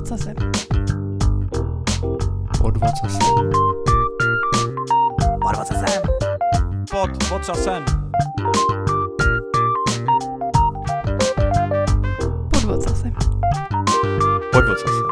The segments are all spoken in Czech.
vocasem. Pod vocasem. Pod vocasem. Pod vocasem. Pod vocasem. Pod vocasem.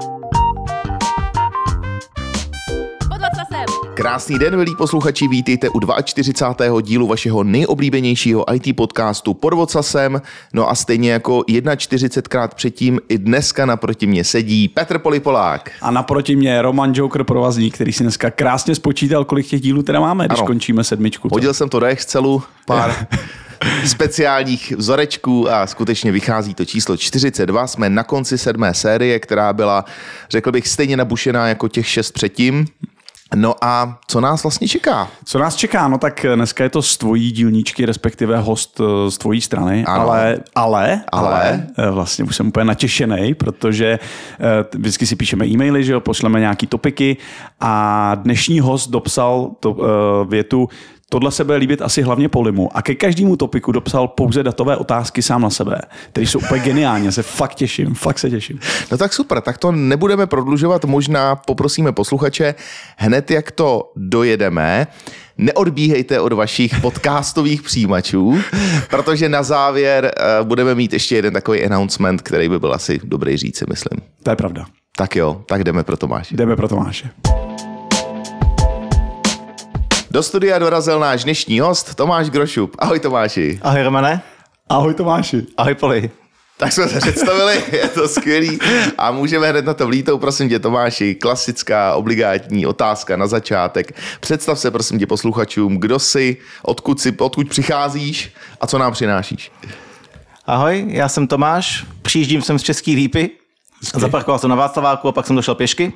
Krásný den, milí posluchači, vítejte u 42. dílu vašeho nejoblíbenějšího IT podcastu Pod vocasem. No a stejně jako 41krát předtím i dneska naproti mě sedí Petr Polipolák. A naproti mě Roman Joker Provazník, který si dneska krásně spočítal, kolik těch dílů teda máme, když končíme 7. Hodil jsem to do Excelu, pár speciálních vzorečků a skutečně vychází to číslo 42. Jsme na konci 7. série, která byla, řekl bych, stejně nabušená jako těch 6 předtím. No a co nás vlastně čeká? Co nás čeká? No tak dneska je to z tvojí dílničky, respektive host z tvojí strany, ale vlastně už jsem úplně natěšený, protože vždycky si píšeme e-maily, že jo, pošleme nějaký topiky a dnešní host dopsal větu: tohle se bude líbit asi hlavně Polimu. A ke každému topiku dopsal pouze datové otázky sám na sebe, které jsou úplně geniální. Se fakt se těším. No tak super, tak to nebudeme prodlužovat, možná poprosíme posluchače, hned jak to dojedeme, neodbíhejte od vašich podcastových přijímačů, protože na závěr budeme mít ještě jeden takový announcement, který by byl asi dobrý říct, si myslím. To je pravda. Tak jo, tak jdeme pro Tomáše. Do studia dorazil náš dnešní host Tomáš Grošup. Ahoj Tomáši. Ahoj Romane. Ahoj Tomáši. Ahoj Poli. Tak jsme se představili, je to skvělý a můžeme hned na to vlítou. Prosím tě Tomáši, klasická obligátní otázka na začátek. Představ se prosím tě posluchačům, kdo jsi, odkud přicházíš a co nám přinášíš. Ahoj, já jsem Tomáš, přijíždím sem z České Lípy, zaparkoval jsem na Václaváku a pak jsem došel pěšky.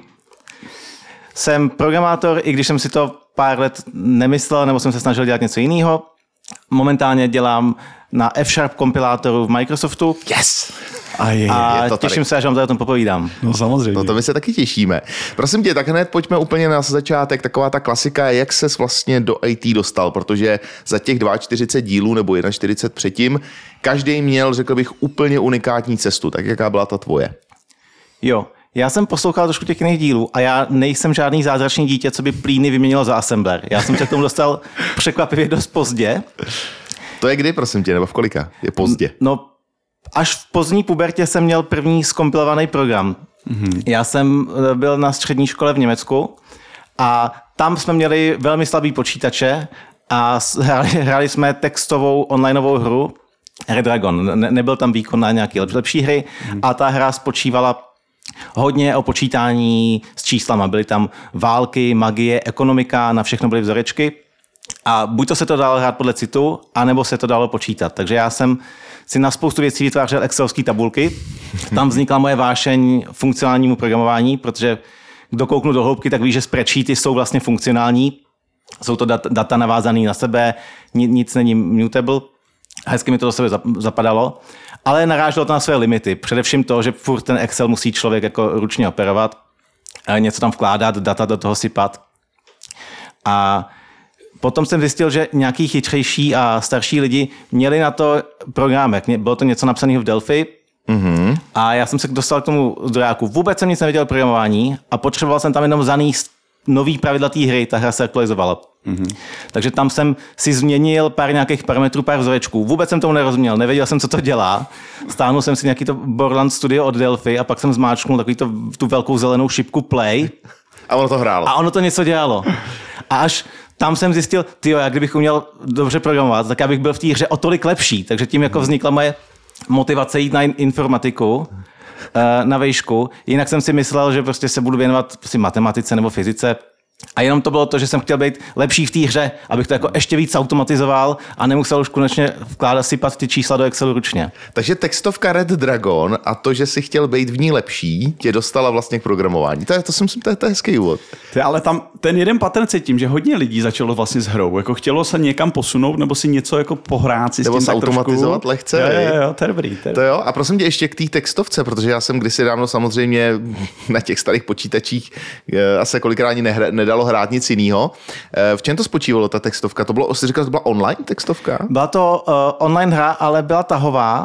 Jsem programátor, i když jsem si to pár let nemyslel, nebo jsem se snažil dělat něco jiného. Momentálně dělám na F-Sharp kompilátoru v Microsoftu. Yes! A těším se, až vám tady o tom popovídám. No samozřejmě. No to my se taky těšíme. Prosím tě, tak hned pojďme úplně na začátek. Taková ta klasika, jak ses vlastně do IT dostal, protože za těch 42 dílů nebo 41 předtím, každý měl, řekl bych, úplně unikátní cestu. Tak jaká byla ta tvoje? Jo, já jsem poslouchal trošku těch jiných dílů a já nejsem žádný zázračný dítě, co by plíny vyměnilo za assembler. Já jsem se k tomu dostal překvapivě dost pozdě. To je kdy, prosím tě, nebo v kolika? Je pozdě? No, až v pozdní pubertě jsem měl první zkompilovaný program. Mm-hmm. Já jsem byl na střední škole v Německu a tam jsme měli velmi slabý počítače a hráli jsme textovou onlineovou hru Red Dragon. Nebyl tam výkon na nějaké lepší hry a ta hra spočívala hodně o počítání s číslama. Byly tam války, magie, ekonomika, na všechno byly vzorečky. A buď to se to dalo hrát podle citu, anebo se to dalo počítat. Takže já jsem si na spoustu věcí vytvářel excelovské tabulky. Tam vznikla moje vášeň funkcionálnímu programování, protože kdo kouknu do hloubky, tak ví, že spreadsheety jsou vlastně funkcionální. Jsou to data navázané na sebe, nic není mutable. Hezky mi to do sebe zapadalo. Ale naráželo to na své limity. Především to, že furt ten Excel musí člověk jako ručně operovat, něco tam vkládat, data do toho sypat. A potom jsem zjistil, že nějaký chytřejší a starší lidi měli na to programek. Bylo to něco napsaného v Delphi. Mm-hmm. A já jsem se dostal k tomu zdrojáku. Vůbec jsem nic nevěděl o programování a potřeboval jsem tam jenom zanést nový pravidla té hry, ta hra se aktualizovala. Mm-hmm. Takže tam jsem si změnil pár nějakých parametrů, pár vzorečků. Vůbec jsem tomu nerozuměl, nevěděl jsem, co to dělá. Stáhnul jsem si nějaký to Borland Studio od Delphi a pak jsem zmáčknul tu velkou zelenou šipku play. A ono to hrálo. A ono to něco dělalo. A až tam jsem zjistil, jak kdybych uměl dobře programovat, tak já bych byl v té hře o tolik lepší. Takže tím jako vznikla moje motivace jít na informatiku, na vejšku. Jinak jsem si myslel, že prostě se budu věnovat matematice nebo fyzice. A jenom to bylo to, že jsem chtěl být lepší v té hře, abych to jako ještě víc automatizoval a nemusel už konečně sypat ty čísla do Excelu ručně. Takže textovka Red Dragon a to, že si chtěl být v ní lepší, tě dostala vlastně k programování. To si myslím, to je hezký úvod. Ale tam ten jeden pattern cítím, že hodně lidí začalo vlastně s hrou. Jako chtělo se někam posunout nebo si něco jako pohrát si s tím tak trošku. Nebo se automatizovat lehce. Jo, to je dobrý. To jo, a prosím tě ještě k té textovce, protože já jsem kdysi dávno samozřejmě na těch starých počítačích asi kolikrát ani nedalo hrát nic jiného. V čem to spočívalo ta textovka? To bylo, jsi říkal, to byla online textovka? Byla to online hra, ale byla tahová.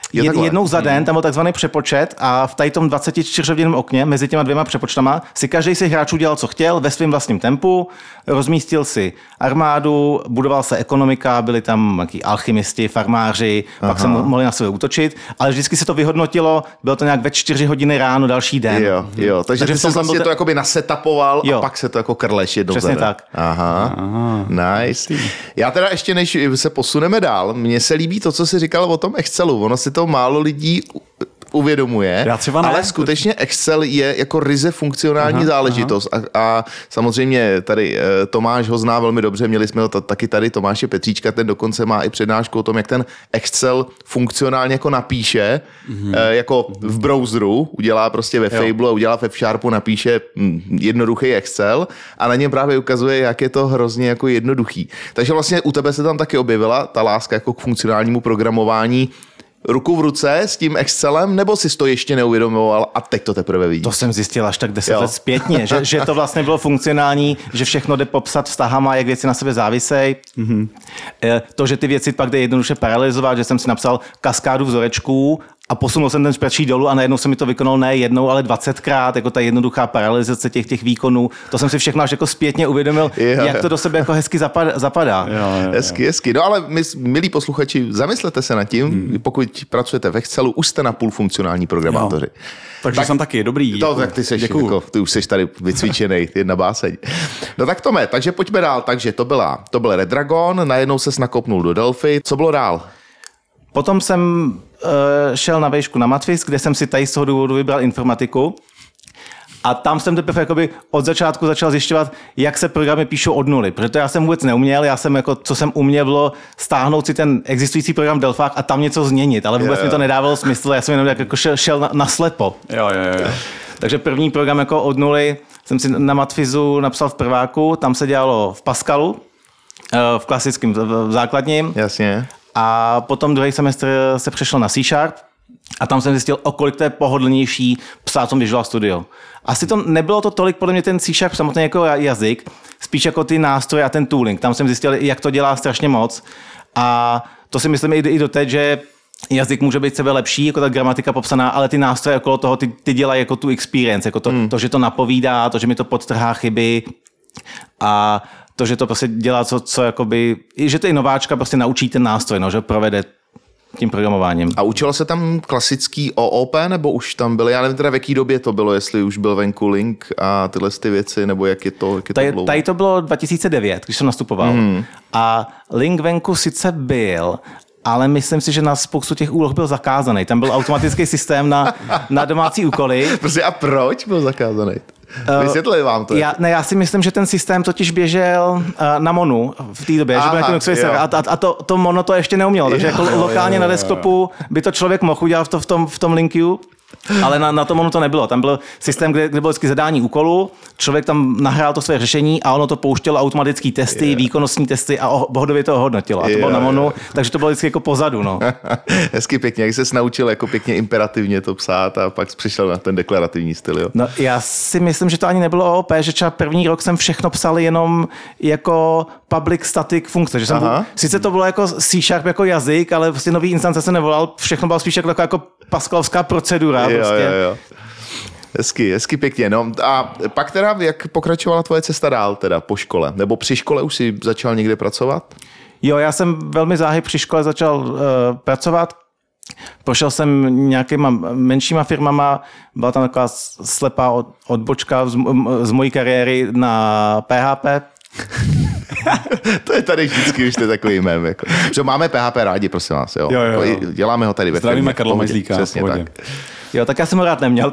jednou za den, tam byl takzvaný přepočet a v tady tom 24-hodinovém okně mezi těma dvěma přepočtama si každý z hráčů dělal, co chtěl, ve svém vlastním tempu, rozmístil si armádu, budoval se ekonomika, byli tam nějaký alchymisti, farmáři, pak se mohli na sebe útočit, ale vždycky se to vyhodnotilo, bylo to nějak ve 4 hodiny ráno další den. Jo. Takže ty jsi vlastně to jakoby nasetapoval a pak se to jako krleš jednou za den. Přesně tak. Aha. Nice. Já teda ještě, než se posuneme dál, mně se líbí to, co jsi říkal o tom Excelu. Ono si to málo lidí uvědomuje, ale skutečně Excel je jako ryze funkcionální záležitost a samozřejmě tady Tomáš ho zná velmi dobře, měli jsme ho taky tady, Tomáše Petříčka, ten dokonce má i přednášku o tom, jak ten Excel funkcionálně jako napíše, jako v browseru, udělá prostě ve Fable a udělá ve F-Sharpu, napíše jednoduchý Excel a na něm právě ukazuje, jak je to hrozně jako jednoduchý. Takže vlastně u tebe se tam taky objevila ta láska jako k funkcionálnímu programování ruku v ruce s tím Excelem, nebo si to ještě neuvědomoval a teď to teprve vidíš? To jsem zjistil až tak 10 let zpětně, že to vlastně bylo funkcionální, že všechno jde popsat vztahama, jak věci na sebe závisejí. To, že ty věci pak jde jednoduše paralelizovat, že jsem si napsal kaskádu vzorečků a posunul jsem ten spreadsheet dolů a najednou se mi to vykonalo ne jednou, ale 20krát, jako ta jednoduchá paralelizace těch výkonů. To jsem si všechno až jako zpětně uvědomil, jak to do sebe jako hezky zapadá. Hezky. No ale milí posluchači, zamyslete se nad tím, pokud pracujete v Excelu, už jste na půl funkcionální programátoři. Takže jsem taky dobrý. Tak ty už jsi tady vycvičený, jedna báseň. No tak Tome, takže pojďme dál. Takže to byl Red Dragon, najednou ses nakopnul do Delphi. Co bylo dál? Potom jsem šel na vejšku na Matfis, kde jsem si tady z toho důvodu vybral informatiku. A tam jsem teprve jakoby od začátku začal zjišťovat, jak se programy píšou od nuly. Protože to já jsem vůbec neuměl, co jsem uměl, bylo stáhnout si ten existující program Delphák a tam něco změnit. Ale vůbec mi to nedávalo smysl, já jsem jenom jako šel na slepo. Jo. Takže první program jako od nuly jsem si na Matfizu napsal v prváku, tam se dělalo v Pascalu, v klasickém, v základním. Jasně. A potom druhý semestr se přešel na C# a tam jsem zjistil, o kolik to je pohodlnější psát Visual Studio. Asi to nebylo to tolik podle mě ten C# samotný jako jazyk, spíš jako ty nástroje a ten tooling. Tam jsem zjistil, jak to dělá strašně moc a to si myslím i doteď, že jazyk může být sebe lepší, jako ta gramatika popsaná, ale ty nástroje okolo toho, ty dělají jako tu experience, jako to, že to napovídá, to, že mi to podtrhá chyby a to, že to prostě dělá co jakoby, že to i nováčka prostě naučí ten nástroj, že provede tím programováním. A učilo se tam klasický OOP, nebo už tam byly, já nevím teda v jaký době to bylo, jestli už byl venku Link a tyhle ty věci, nebo jak je to dlouho? Tady to bylo 2009, když jsem nastupoval. A Link venku sice byl, ale myslím si, že na spoustu těch úloh byl zakázaný. Tam byl automatický systém na domácí úkoly. Prostě a proč byl zakázaný? Vysvětlili vám to. Já si myslím, že ten systém totiž běžel na Monu v té době, že byl nějaký Noxový server a to Mono to ještě neumělo, takže jako lokálně na desktopu by to člověk mohl udělat v tom Linku, ale na tom Monu to nebylo. Tam byl systém, kde bylo vždycky zadání úkolu, člověk tam nahrál to své řešení a ono to pouštělo automatické testy, výkonnostní testy a hodově to hodnotilo. A to bylo na Monu, takže to bylo vždycky jako pozadu. No. Hezky pěkně, jak ses naučil jako pěkně imperativně to psát a pak přišel na ten deklarativní styl. Jo? No, já si myslím, že to ani nebylo OOP, že třeba první rok jsem všechno psal jenom jako public static funkce. Že jsem sice to bylo jako C# jako jazyk, ale vlastně nový instance se nevolal, všechno bylo spíš jako pascalovská procedura. Jo. Hezky pěkně. No a pak teda, jak pokračovala tvoje cesta dál teda po škole? Nebo při škole už jsi začal někde pracovat? Jo, já jsem velmi záhy při škole začal pracovat. Prošel jsem nějakýma menšíma firmama, byla tam taková slepá odbočka z mojí kariéry na PHP. To je tady vždycky už to je takový mém. Jako. Že máme PHP rádi, prosím vás. Jo. Děláme ho tady ve firmě. Zdravíme Karla Majzlíka. Přesně tak. Jo, tak já jsem ho rád neměl.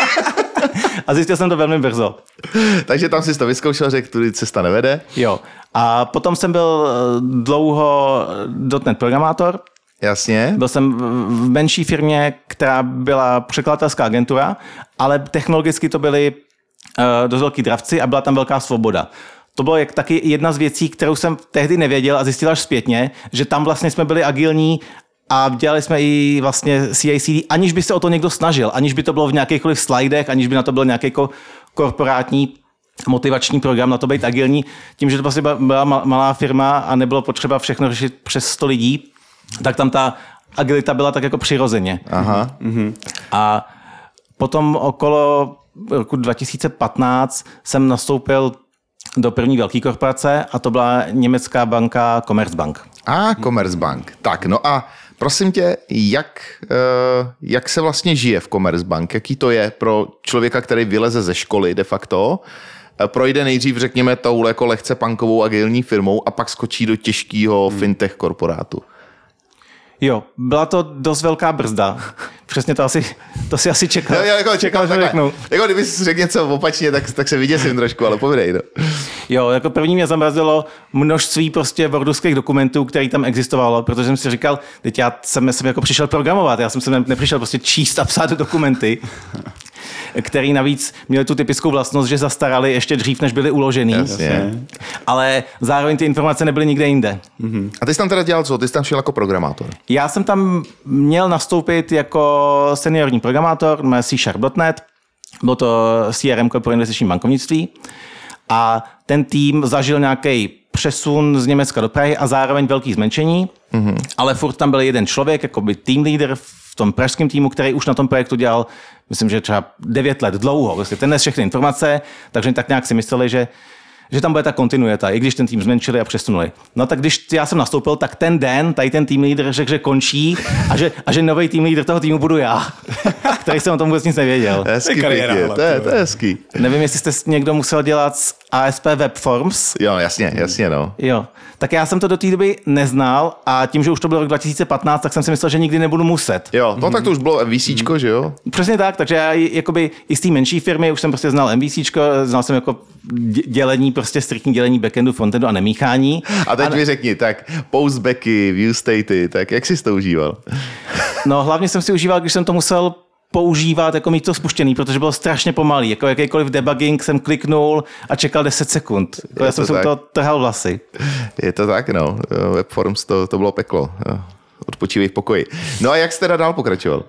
A zjistil jsem to velmi brzo. Takže tam jsi to vyzkoušel, řekl, tudy cesta nevede. Jo. A potom jsem byl dlouho .NET programátor. Jasně. Byl jsem v menší firmě, která byla překladatelská agentura, ale technologicky to byly dost velký dravci a byla tam velká svoboda. To bylo taky jedna z věcí, kterou jsem tehdy nevěděl a zjistil až zpětně, že tam vlastně jsme byli agilní a dělali jsme i vlastně CI/CD, aniž by se o to někdo snažil, aniž by to bylo v nějakýchkoliv slidech, aniž by na to byl nějaký korporátní motivační program na to být agilní. Tím, že to vlastně byla malá firma a nebylo potřeba všechno řešit přes 100 lidí, tak tam ta agilita byla tak jako přirozeně. Aha. A potom okolo roku 2015 jsem nastoupil do první velké korporace a to byla německá banka Commerzbank. Commerzbank. Tak, no a prosím tě, jak se vlastně žije v Commerzbank? Jaký to je pro člověka, který vyleze ze školy de facto, projde nejdřív, řekněme, tou jako lehce punkovou agilní firmou a pak skočí do těžkého fintech korporátu? Jo, byla to dost velká brzda. Přesně to si asi čekal. Jo, jako čekal, že řeknu. Jako kdyby jsi řekl něco opačně, tak se vyděsím trošku, ale povídej. No. Jo, jako první mě zamrazilo množství prostě wordovských dokumentů, který tam existovalo, protože jsem si říkal, teď já jsem jako přišel programovat, já jsem se nepřišel prostě číst a psát dokumenty, který navíc měli tu typickou vlastnost, že zastarali ještě dřív, než byly uložený. Jasně. Ale zároveň ty informace nebyly nikde jinde. A ty jsi tam teda dělal co? Ty jsi tam šel jako programátor? Já jsem tam měl nastoupit jako seniorní programátor na C#.net. Bylo to CRM pro investiční bankovnictví. A ten tým zažil nějaký přesun z Německa do Prahy a zároveň velký zmenšení. Ale furt tam byl jeden člověk, jako by team leader v tom pražském týmu, který už na tom projektu dělal, myslím, že třeba 9 let dlouho. Vlastně ten nes všechny informace, takže tak nějak si mysleli, že tam bude ta kontinuita, i když ten tým zmenšili a přesunuli. No tak když já jsem nastoupil, tak ten den tady ten tým lídr řekl, že končí a že nový tým lídr toho týmu budu já, který jsem o tom vůbec nic nevěděl. Hezký, to je hezký. Nevím, jestli jste někdo musel dělat z ASP Webforms. Jo, jasně, no. Jo, tak já jsem to do té doby neznal a tím, že už to bylo rok 2015, tak jsem si myslel, že nikdy nebudu muset. Jo, no tak to už bylo MVCčko, že jo? Přesně tak, takže já jakoby i z té menší firmy už jsem prostě znal MVCčko, znal jsem jako dělení, prostě striktní dělení backendu, frontendu a nemíchání. A teď mi řekni, tak postbacky, view statey, tak jak jsi to užíval? No hlavně jsem si užíval, když jsem to musel používat, jako mít to spuštěný, protože bylo strašně pomalý. Jako jakýkoliv debugging jsem kliknul a čekal 10 sekund. Jako já jsem se u toho trhal vlasy. Je to tak, no. Webforms to bylo peklo. Odpočívej v pokoji. No a jak jsi teda dál pokračoval?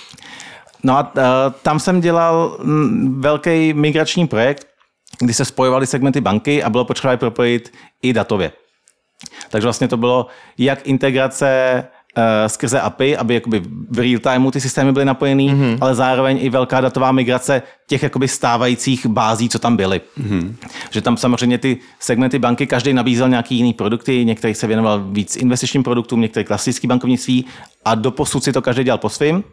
No a tam jsem dělal velký migrační projekt, kdy se spojovaly segmenty banky a bylo potřeba je propojit i datově. Takže vlastně to bylo jak integrace skrze API, aby jakoby v real timeu ty systémy byly napojený, ale zároveň i velká datová migrace těch jakoby stávajících bází, co tam byly. Že tam samozřejmě ty segmenty banky, každý nabízel nějaký jiný produkty, některý se věnoval víc investičním produktům, některý klasický bankovnictví a doposud si to každý dělal po svým.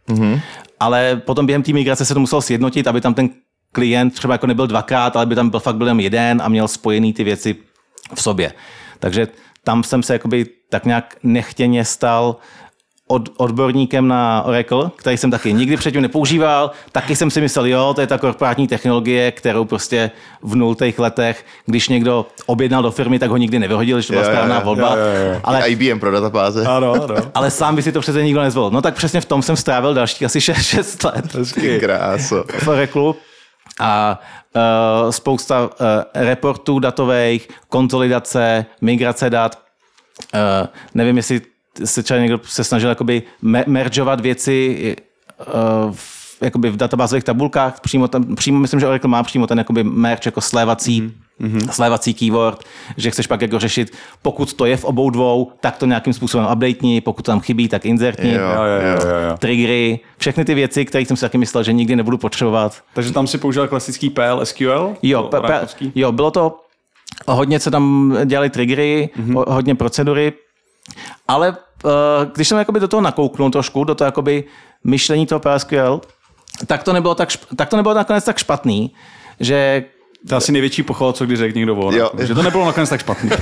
Ale potom během té migrace se to muselo sjednotit, aby tam ten klient třeba jako nebyl dvakrát, ale by tam byl fakt byl jen jeden a měl spojený ty věci v sobě. Takže tam jsem se jakoby tak nějak nechtěně stal odborníkem na Oracle, který jsem taky nikdy předtím nepoužíval. Taky jsem si myslel, jo, to je ta korporátní technologie, kterou prostě v 0. letech, když někdo objednal do firmy, tak ho nikdy nevyhodil, že to byla správná volba. Ale IBM pro databáze. Ano. Ale sám by si to přece nikdo nezvolil. No tak přesně v tom jsem strávil dalších asi 6 let. Kráso. V Oracle. A spousta reportů datových, konsolidace, migrace dat. Nevím, jestli se třeba někdo se snažil jakoby mergeovat věci jakoby v databázových tabulkách. Přímo myslím, že Oracle má přímo ten jakoby merge jako slévací keyword, že chceš pak jako řešit, pokud to je v obou dvou, tak to nějakým způsobem updateni, pokud to tam chybí, tak insertni, triggery, všechny ty věci, které jsem si taky myslel, že nikdy nebudu potřebovat. Takže tam si použil klasický PL, SQL? Jo, bylo to hodně, co tam dělali triggery, hodně procedury, ale když jsem jakoby do toho nakouknul trošku, do toho jakoby myšlení toho PSQL, tak to nebylo nakonec tak špatný, že to je asi největší pochvala, co kdy řekl někdo von. Že to nebylo nakonec tak špatný.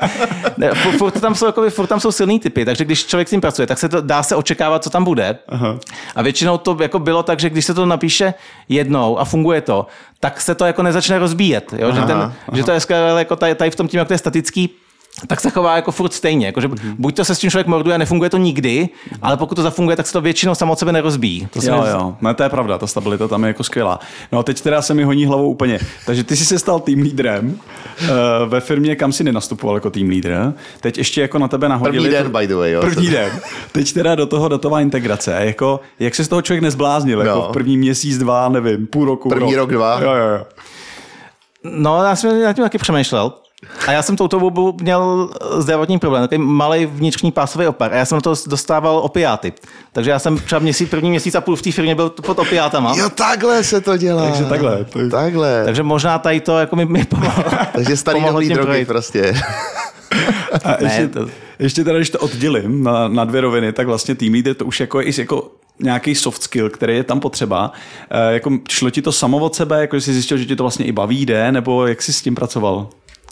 Furt tam jsou silný typy, takže když člověk s tím pracuje, tak dá se očekávat, co tam bude. Aha. A většinou to jako bylo tak, že když se to napíše jednou a funguje to, tak se to jako nezačne rozbíjet. Jo? Že to je jako tady v tom tím, jak to je statický, tak se chová jako furt stejně. Jako, že buď to se s tím člověk morduje a nefunguje to nikdy, ale pokud to zafunguje, tak se to většinou samo od sebe nerozbíjí. Jo. No, to je pravda, ta stabilita tam je jako skvělá. No a teď teda se mi honí hlavou úplně. Takže ty jsi se stal team leaderem ve firmě, kam si nenastupoval jako team leader. Teď ještě jako na tebe nahodili... První den, by the way. Jo. První den. Teď teda do toho datová integrace. Jako, jak se z toho člověk nezbláznil? Jako v první měsíc, 2, nevím, půl roku. První rok 2. Jo. No, já jsem nad tím taky přemýšlel. A já jsem touto dobu měl zdravotní problém, takový malý vnitřní pásový opar. A já jsem na to dostával opiáty. Takže já jsem třeba první měsíc a půl v té firmě byl pod opiátama. Jo, takhle se to dělá. Takže takhle. Takhle. Takže možná tady to jako mi pomohlo. Takže starý dobrý drogy prostě. A ještě teda, když to oddělím na dvě roviny, tak vlastně team leader to už jako je jako nějaký soft skill, který je tam potřeba. Jako šlo ti to samo od sebe, jako jsi zjistil, že ti to vlastně i baví, jde, nebo jak jsi s tím pracoval?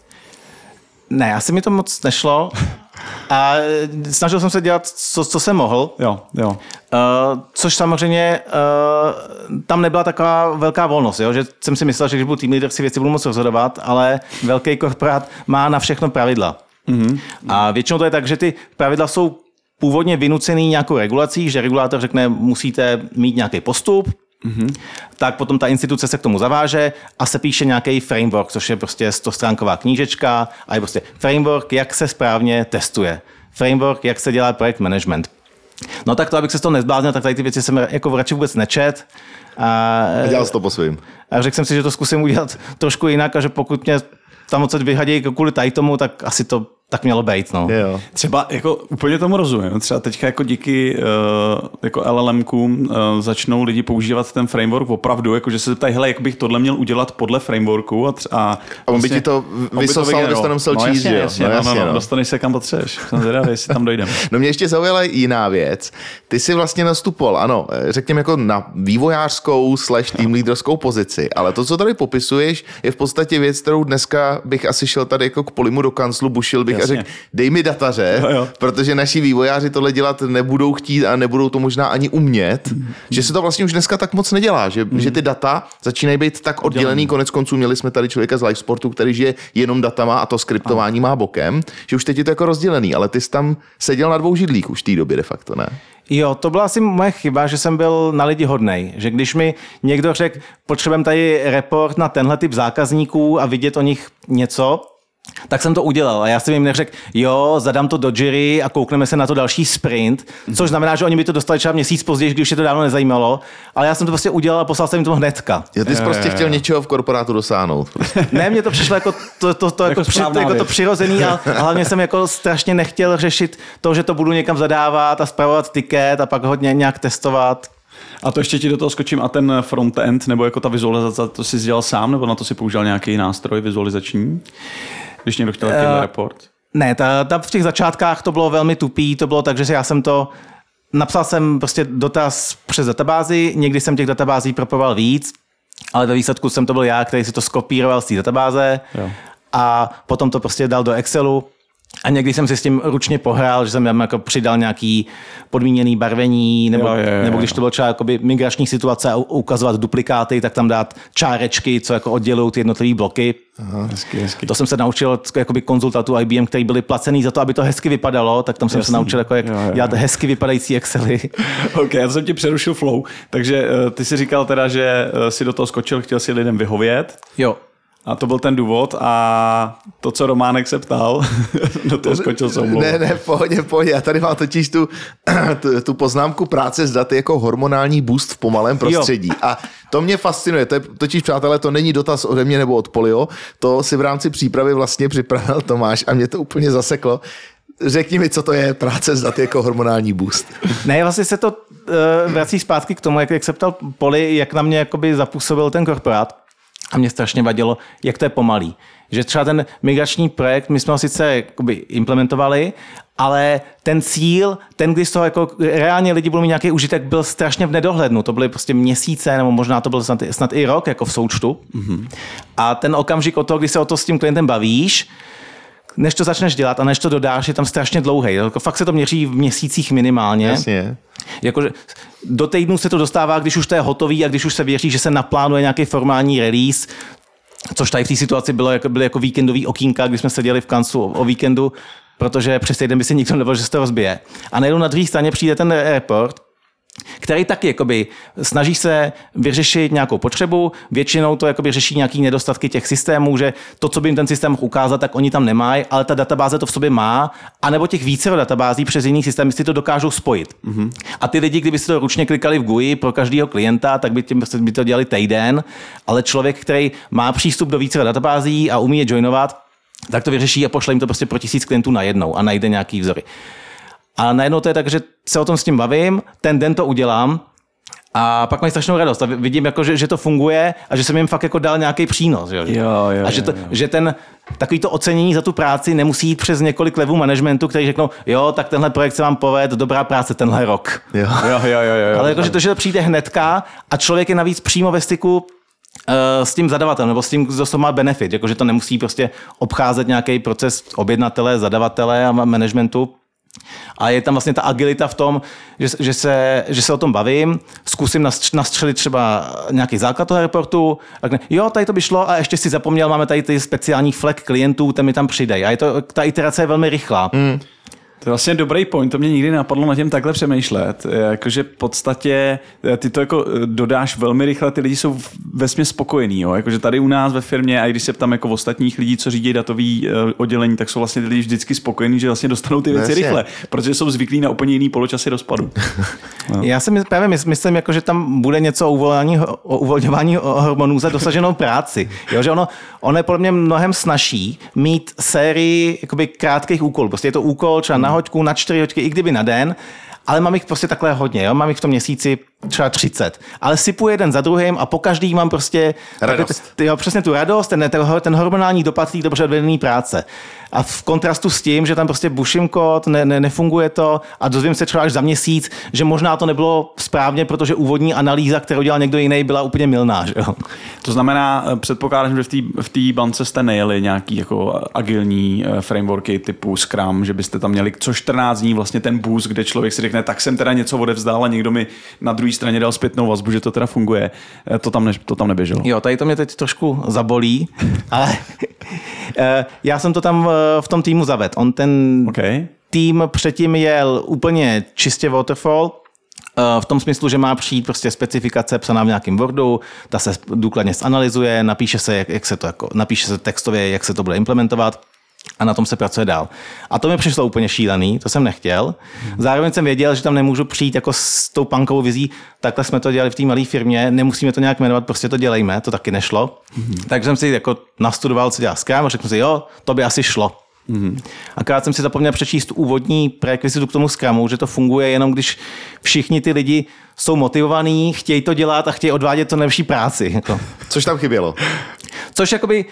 Ne, asi mi to moc nešlo a snažil jsem se dělat, co jsem mohl. Jo. Což samozřejmě tam nebyla taková velká volnost, jo? Že jsem si myslel, že když budu team leader, si věci budu moc rozhodovat, ale velký korporát má na všechno pravidla. Mm-hmm. A většinou to je tak, že ty pravidla jsou původně vynucený nějakou regulací, že regulátor řekne, musíte mít nějaký postup, tak potom ta instituce se k tomu zaváže a se píše nějaký framework, což je prostě 100stránková knížečka a je prostě framework, jak se správně testuje. Framework, jak se dělá projekt management. No tak to, abych se z toho nezbláznil, tak tady ty věci jsem jako radši vůbec nečet. A dělal jsi to po svým. A řekl jsem si, že to zkusím udělat trošku jinak a že pokud mě tam odsud vyhadí kvůli tady tomu, tak asi to tak mělo být, no. Jo. Třeba jako úplně tomu rozumím. Třeba teďka jako díky jako LLM-kům začnou lidi používat ten framework opravdu, jako že se ptají, hele, jak bych tohle měl udělat podle frameworku a on by ti to vysosal, když to nemusel číst, že jo? Jasně, no. Dostaneš se kam potřebuješ. Jsem zvědavý, jestli tam dojdeme. No mě ještě zaujala jiná věc. Ty jsi vlastně nastupoval, ano, řekněme jako na vývojářskou / team leaderskou pozici, ale to, co tady popisuješ, je v podstatě věc, kterou dneska bych asi šel tady jako k Polimu do kanclu, bušil bych a řekl, dej mi dataře, jo. Protože naši vývojáři tohle dělat nebudou chtít a nebudou to možná ani umět, že se to vlastně už dneska tak moc nedělá, že ty data začínají být tak oddělený, konec konců měli jsme tady člověka z live sportu, který žije jenom datama a to skriptování má bokem, že už teď je to jako rozdělený, ale ty jsi tam seděl na 2 židlích už v té době de facto, ne? Jo, to byla asi moje chyba, že jsem byl na lidi hodnej. Že když mi někdo řekl, potřebujeme tady report na tenhle typ zákazníků a vidět o nich něco, tak jsem to udělal a já jsem jim neřekl, jo, zadám to do Jira a koukneme se na to další sprint, což znamená, že oni by to dostali třeba měsíc později, když je to dávno nezajímalo, ale já jsem to prostě udělal a poslal jsem jim to hnedka. Jo, ty jsi prostě chtěl něčeho v korporátu dosáhnout. Prostě. Ne, mně to přišlo jako to přirozený a hlavně jsem jako strašně nechtěl řešit to, že to budu někam zadávat a spravovat tiket a pak hodně nějak testovat. A to ještě ti do toho skočím, a ten frontend, nebo jako ta vizualizace, to jsi dělal sám, nebo na to si používal nějaký nástroj vizualizační? Když někdo chtěl takový report? Ne, v těch začátkách to bylo velmi tupý, to bylo tak, že napsal jsem prostě dotaz přes databázi, někdy jsem těch databází propoval víc, ale ve výsledku jsem to byl já, který si to skopíroval z té databáze a potom to prostě dal do Excelu. A někdy jsem si s tím ručně pohrál, že jsem tam jako přidal nějaký podmíněný barvení, nebo když to bylo třeba jakoby migrační situace a ukazovat duplikáty, tak tam dát čárečky, co jako oddělují ty jednotlivé bloky. Aha, hezky. To jsem se naučil od konzultantů IBM, kteří byli placený za to, aby to hezky vypadalo, tak tam jsem se naučil, jako jak dělat hezky vypadající Excely. OK, já jsem ti přerušil flow, takže ty si říkal teda, že si do toho skočil, chtěl si lidem vyhovět. Jo. A to byl ten důvod a to, co Románek se ptal, do toho skočil se omlouvat. Ne, pohodě. Já tady mám totiž tu poznámku práce s daty jako hormonální boost v pomalém prostředí. Jo. A to mě fascinuje. To je, totiž, přátelé, to není dotaz ode mě nebo od Polio. To si v rámci přípravy vlastně připravil Tomáš a mě to úplně zaseklo. Řekni mi, co to je práce s daty jako hormonální boost. Ne, vlastně se to vrací zpátky k tomu, jak se ptal Poli, jak na mě jakoby zapůsobil ten korporát. A mě strašně vadilo, jak to je pomalý. Že třeba ten migrační projekt, my jsme ho sice jakoby implementovali, ale ten cíl, kdy z toho jako reálně lidi budou mít nějaký užitek, byl strašně v nedohlednu. To byly prostě měsíce, nebo možná to byl snad i rok jako v součtu. Mm-hmm. A ten okamžik od toho, kdy se o to s tím klientem bavíš, než to začneš dělat a než to dodáš, je tam strašně dlouhý. Jako fakt se to měří v měsících minimálně. Jasně. Jakože do týdnu se to dostává, když už to je hotový a když už se věří, že se naplánuje nějaký formální release, což tady v té situaci byly jako víkendový okýnka, kdy jsme seděli v kanclu o víkendu, protože přes týden by si nikdo nebyl, že se to rozbije. A najednou na druhé straně přijde ten report, který taky jakoby snaží se vyřešit nějakou potřebu, většinou to jakoby řeší nějaký nedostatky těch systémů, že to, co by jim ten systém mohl ukázat, tak oni tam nemají, ale ta databáze to v sobě má, anebo těch více databází přes jiný systém si to dokážou spojit. Mm-hmm. A ty lidi, kdyby si to ručně klikali v GUI pro každého klienta, tak by to dělali týden, ale člověk, který má přístup do více databází a umí je joinovat, tak to vyřeší a pošle jim to prostě pro 1000 klientů najednou a najde nějaký vzory. A najednou to je tak, že se o tom s tím bavím, ten den to udělám a pak mají strašnou radost a vidím, jako, že to funguje a že jsem jim fakt jako dal nějaký přínos. Jo? A že ten takový to ocenění za tu práci nemusí jít přes několik levů managementu, kteří řeknou, jo, tak tenhle projekt se vám povede, dobrá práce tenhle rok. Jo. Ale jako, že to přijde hnedka a člověk je navíc přímo ve styku s tím zadavatelem, nebo s tím, kdo to má benefit, jako, že to nemusí prostě obcházet nějaký proces objednatele, zadavatele a managementu. A je tam vlastně ta agilita v tom, že se o tom bavím, zkusím nastřelit třeba nějaký základ toho reportu, jo, tady to by šlo a ještě si zapomněl, máme tady ty speciální flag klientů, ten mi tam přidej. A ta iterace je velmi rychlá. To je vlastně dobrý point, to mě nikdy napadlo na těm takhle přemýšlet. Jakože v podstatě ty to jako dodáš velmi rychle, ty lidi jsou vesměs spokojení. Jo? Jakože tady u nás ve firmě, a když se ptám jako ostatních lidí, co řídí datový oddělení, tak jsou vlastně ty lidi vždycky spokojení, že vlastně dostanou ty věci rychle, protože jsou zvyklí na úplně jiný poločasy rozpadu. No. Já si právě myslím, jako, že tam bude něco o uvolňování hormonů za dosaženou práci. Jo? Že ono je podle mě mnohem snazší mít sérii jakoby krátkých úkolů. Prostě je to úkol třeba na hoďku, na 4 hoďky, i kdyby na den, ale mám jich prostě takhle hodně, jo? Mám jich v tom měsíci třeba 30, ale sypu jeden za druhým a po každý mám prostě přesně tu radost, ten hormonální dopad té dobře odvedené práce. A v kontrastu s tím, že tam prostě buším kód, nefunguje to a dozvím se třeba až za měsíc, že možná to nebylo správně, protože úvodní analýza, kterou dělal někdo jiný, byla úplně mylná. Že jo? To znamená, předpokládám, že v té bance jste nejeli nějaký jako agilní frameworky typu Scrum, že byste tam měli co 14 dní vlastně ten boost, kde člověk si řekne, tak jsem teda něco odevzdal a někdo mi na druhé straně dal zpětnou vazbu, že to teda funguje. To tam neběželo. Jo, tady to mě teď trošku zabolí, ale já jsem to tam v tom týmu zavedl. On ten tým předtím jel úplně čistě waterfall, v tom smyslu, že má přijít prostě specifikace psaná v nějakém Wordu, ta se důkladně zanalyzuje, napíše se textově, jak se to bude implementovat a na tom se pracuje dál. A to mi přišlo úplně šílený, to jsem nechtěl. Zároveň jsem věděl, že tam nemůžu přijít jako s tou punkovou vizí, takhle jsme to dělali v té malé firmě, nemusíme to nějak jmenovat, prostě to dělejme, to taky nešlo. Takže jsem si jako nastudoval, co dělá Scrum a řekl si, jo, to by asi šlo. Akorát jsem si zapomněl přečíst úvodní prerekvizitu k tomu Scrumu, že to funguje jenom, když všichni ty lidi jsou motivovaní, chtějí to dělat a chtějí odvádět to nejlepší práci. Což tam chybělo? Což jakoby...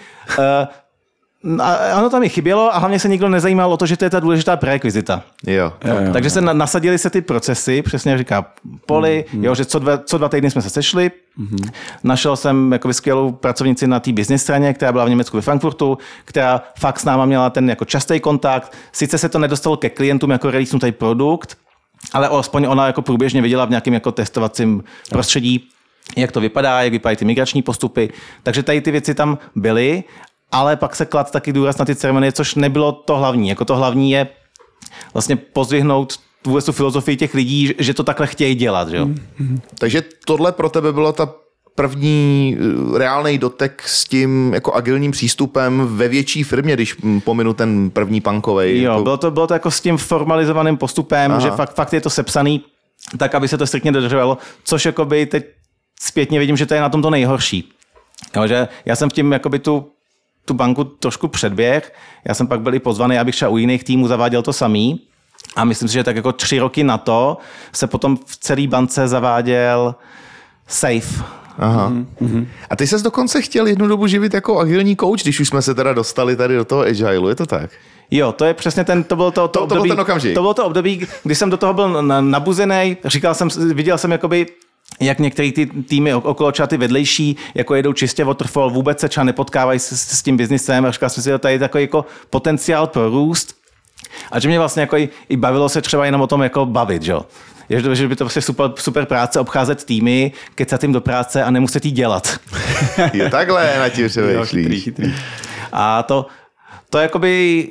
Ano, tam mi chybělo a hlavně se nikdo nezajímal o to, že to je ta důležitá prerekvizita. Jo. Takže se nasadili se ty procesy, přesně jak říká Poli, jo, že co 2 týdny jsme se sešli. Našel jsem jakoby skvělou pracovnici na té business straně, která byla v Německu ve Frankfurtu, která fakt s náma měla ten jako častý kontakt. Sice se to nedostalo ke klientům jako releasenutý produkt, ale alespoň ona jako průběžně viděla v nějakém jako testovacím prostředí, jak to vypadá, jak vypadají ty migrační postupy. Takže tady ty věci tam byly. Ale pak se klad taky důraz na ty ceremonie, což nebylo to hlavní. Jako to hlavní je vlastně pozdvihnout tu filozofii těch lidí, že to takhle chtějí dělat. Že jo? Takže tohle pro tebe byla ta první reálný dotek s tím jako agilním přístupem ve větší firmě, když pominu ten první punkovej. Jo, jako... bylo to jako s tím formalizovaným postupem, že fakt je to sepsaný tak, aby se to striktně dodržovalo, což jakoby teď zpětně vidím, že to je na tom to nejhorší. Jo, že já jsem v tím jakoby tu banku trošku předběh. Já jsem pak byl i pozvaný, abych třeba u jiných týmů zaváděl to samý. A myslím si, že tak jako 3 roky na to se potom v celé bance zaváděl SAFe. Aha. A ty ses dokonce chtěl jednu dobu živit jako agilní coach, když už jsme se teda dostali tady do toho agilu, je to tak? Jo, to je přesně to bylo to období. Byl ten okamžik. To bylo to období, kdy jsem do toho byl nabuzený, viděl jsem jakoby jak některé ty týmy okolo třeba ty vedlejší, jako jedou čistě waterfall, vůbec se třeba nepotkávají s tím biznisem a říkal jsem si, že tady je takový jako potenciál pro růst a že mě vlastně jako i bavilo se třeba jenom o tom jako bavit, že? Že by to prostě super práce obcházet týmy, kecat jim do práce a nemuset jí dělat. Je takhle na tím přemýšlíš. Chytrý. A to jakoby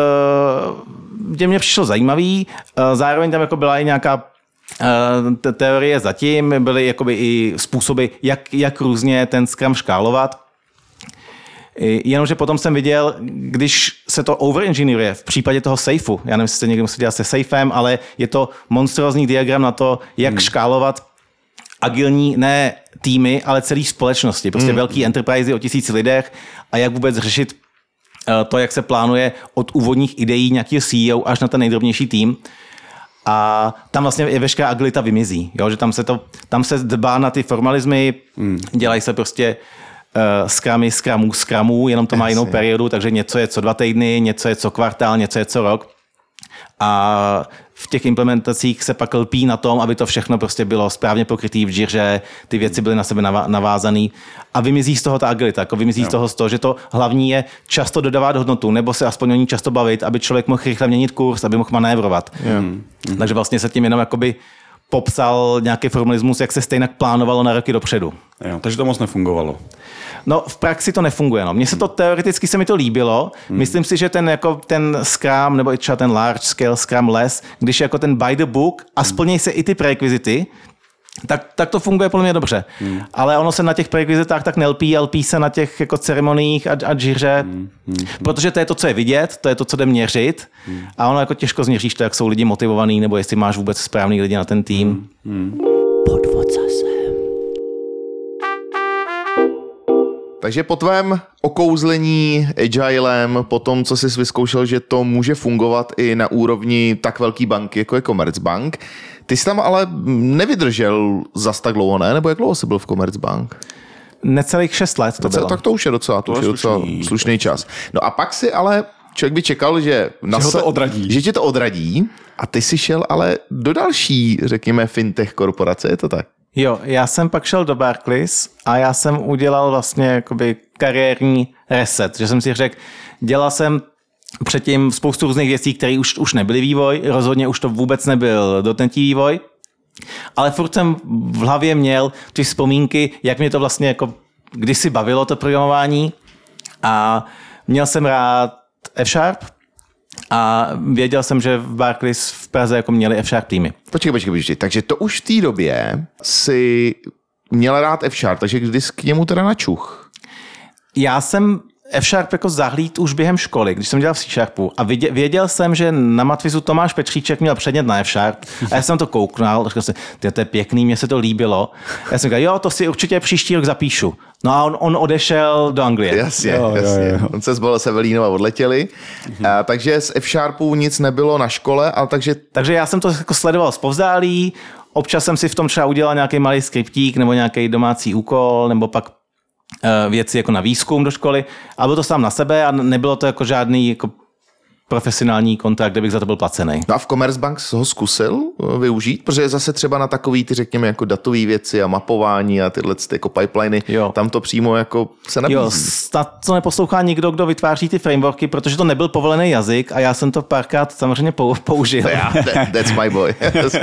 mě přišlo zajímavý, zároveň tam jako byla i nějaká teorie zatím, byly jakoby i způsoby, jak různě ten Scrum škálovat. Jenomže potom jsem viděl, když se to overengineeruje v případě toho SAFeu, já nevím, jestli jste někdy museli dělat se SAFem, ale je to monstrózní diagram na to, jak škálovat agilní, ne týmy, ale celý společnosti, prostě velký enterprisey o 1000 lidech a jak vůbec řešit to, jak se plánuje od úvodních ideí nějakého CEO až na ten nejdrobnější tým. A tam vlastně je veškerá agilita vymizí, jo? Že tam se dbá na ty formalismy, dělají se prostě scrumy, scrumů, jenom to má jinou periodu, takže něco je co 2 týdny, něco je co kvartál, něco je co rok. A v těch implementacích se pak lpí na tom, aby to všechno prostě bylo správně pokrytý v Jiře, ty věci byly na sebe navázané a vymizí z toho ta agilita, jako vymizí z toho, že to hlavní je často dodávat hodnotu, nebo se aspoň o ní často bavit, aby člověk mohl rychle měnit kurz, aby mohl manévrovat. Takže vlastně se tím jenom jakoby popsal nějaký formalismus, jak se stejně plánovalo na roky dopředu. Jo, takže to moc nefungovalo. No, v praxi to nefunguje. No. Mně se to teoreticky se mi to líbilo. Myslím si, že ten Scrum, nebo i třeba ten large scale Scrum less, když je jako ten by the book a splnějí se i ty prerequisity, tak to funguje podle mě dobře. Ale ono se na těch prerequisitách tak nelpí, ale lpí se na těch jako ceremoniích a džiře, protože to je to, co je vidět, to je to, co jde měřit a ono jako těžko změříš to, jak jsou lidi motivovaní, nebo jestli máš vůbec správný lidi na ten tým. Podvod zase. Takže po tvém okouzlení agilem, po tom, co jsi vyzkoušel, že to může fungovat i na úrovni tak velký banky, jako je Commerzbank, ty jsi tam ale nevydržel zas tak dlouho, ne? Nebo jak dlouho jsi byl v Commerzbank? Necelých 6 let to bylo. Tak to už je docela slušný čas. No a pak si ale člověk by čekal, že tě to odradí a ty si šel ale do další, řekněme, fintech korporace, je to tak? Jo, já jsem pak šel do Barclays a já jsem udělal vlastně jakoby kariérní reset, že jsem si řekl, dělal jsem předtím spoustu různých věcí, které už nebyly vývoj, rozhodně už to vůbec nebyl dotentí vývoj, ale furt jsem v hlavě měl ty vzpomínky, jak mě to vlastně jako kdysi bavilo to programování a měl jsem rád F-Sharp a věděl jsem, že v Barclays v Praze jako měli F-Sharp týmy. Počkej. Takže to už v té době si měl rád F-Sharp, takže kdy jsi k němu teda načuch? Já jsem F-Sharp jako zahlíd už během školy, když jsem dělal v C-Sharpu a věděl jsem, že na matfizu Tomáš Petříček měl předmět na F-Sharp a já jsem to kouknul, řekl jsem, to je pěkný, mně se to líbilo. Já jsem říkal, jo, to si určitě příští rok zapíšu. No a on odešel do Anglie. Jasně. On se zbalil Sevelínova odletěli, takže z F-Sharpu nic nebylo na škole, ale Takže já jsem to jako sledoval zpovzdálí, občas jsem si v tom třeba udělal nějaký malý skriptík nebo nějaký domácí úkol, nebo pak věci jako na výzkum do školy, ale bylo to sám na sebe a nebylo to jako žádný jako profesionální kontrakt, kde bych za to byl placený. No a v Commerzbank ho zkusil využít, protože zase třeba na takový ty, řekněme, jako datové věci a mapování a tyhle jako pipeliny, tam to přímo jako se nabízí. Jo, snad to neposlouchá nikdo, kdo vytváří ty frameworky, protože to nebyl povolený jazyk a já jsem to párkrát samozřejmě použil. That's my boy.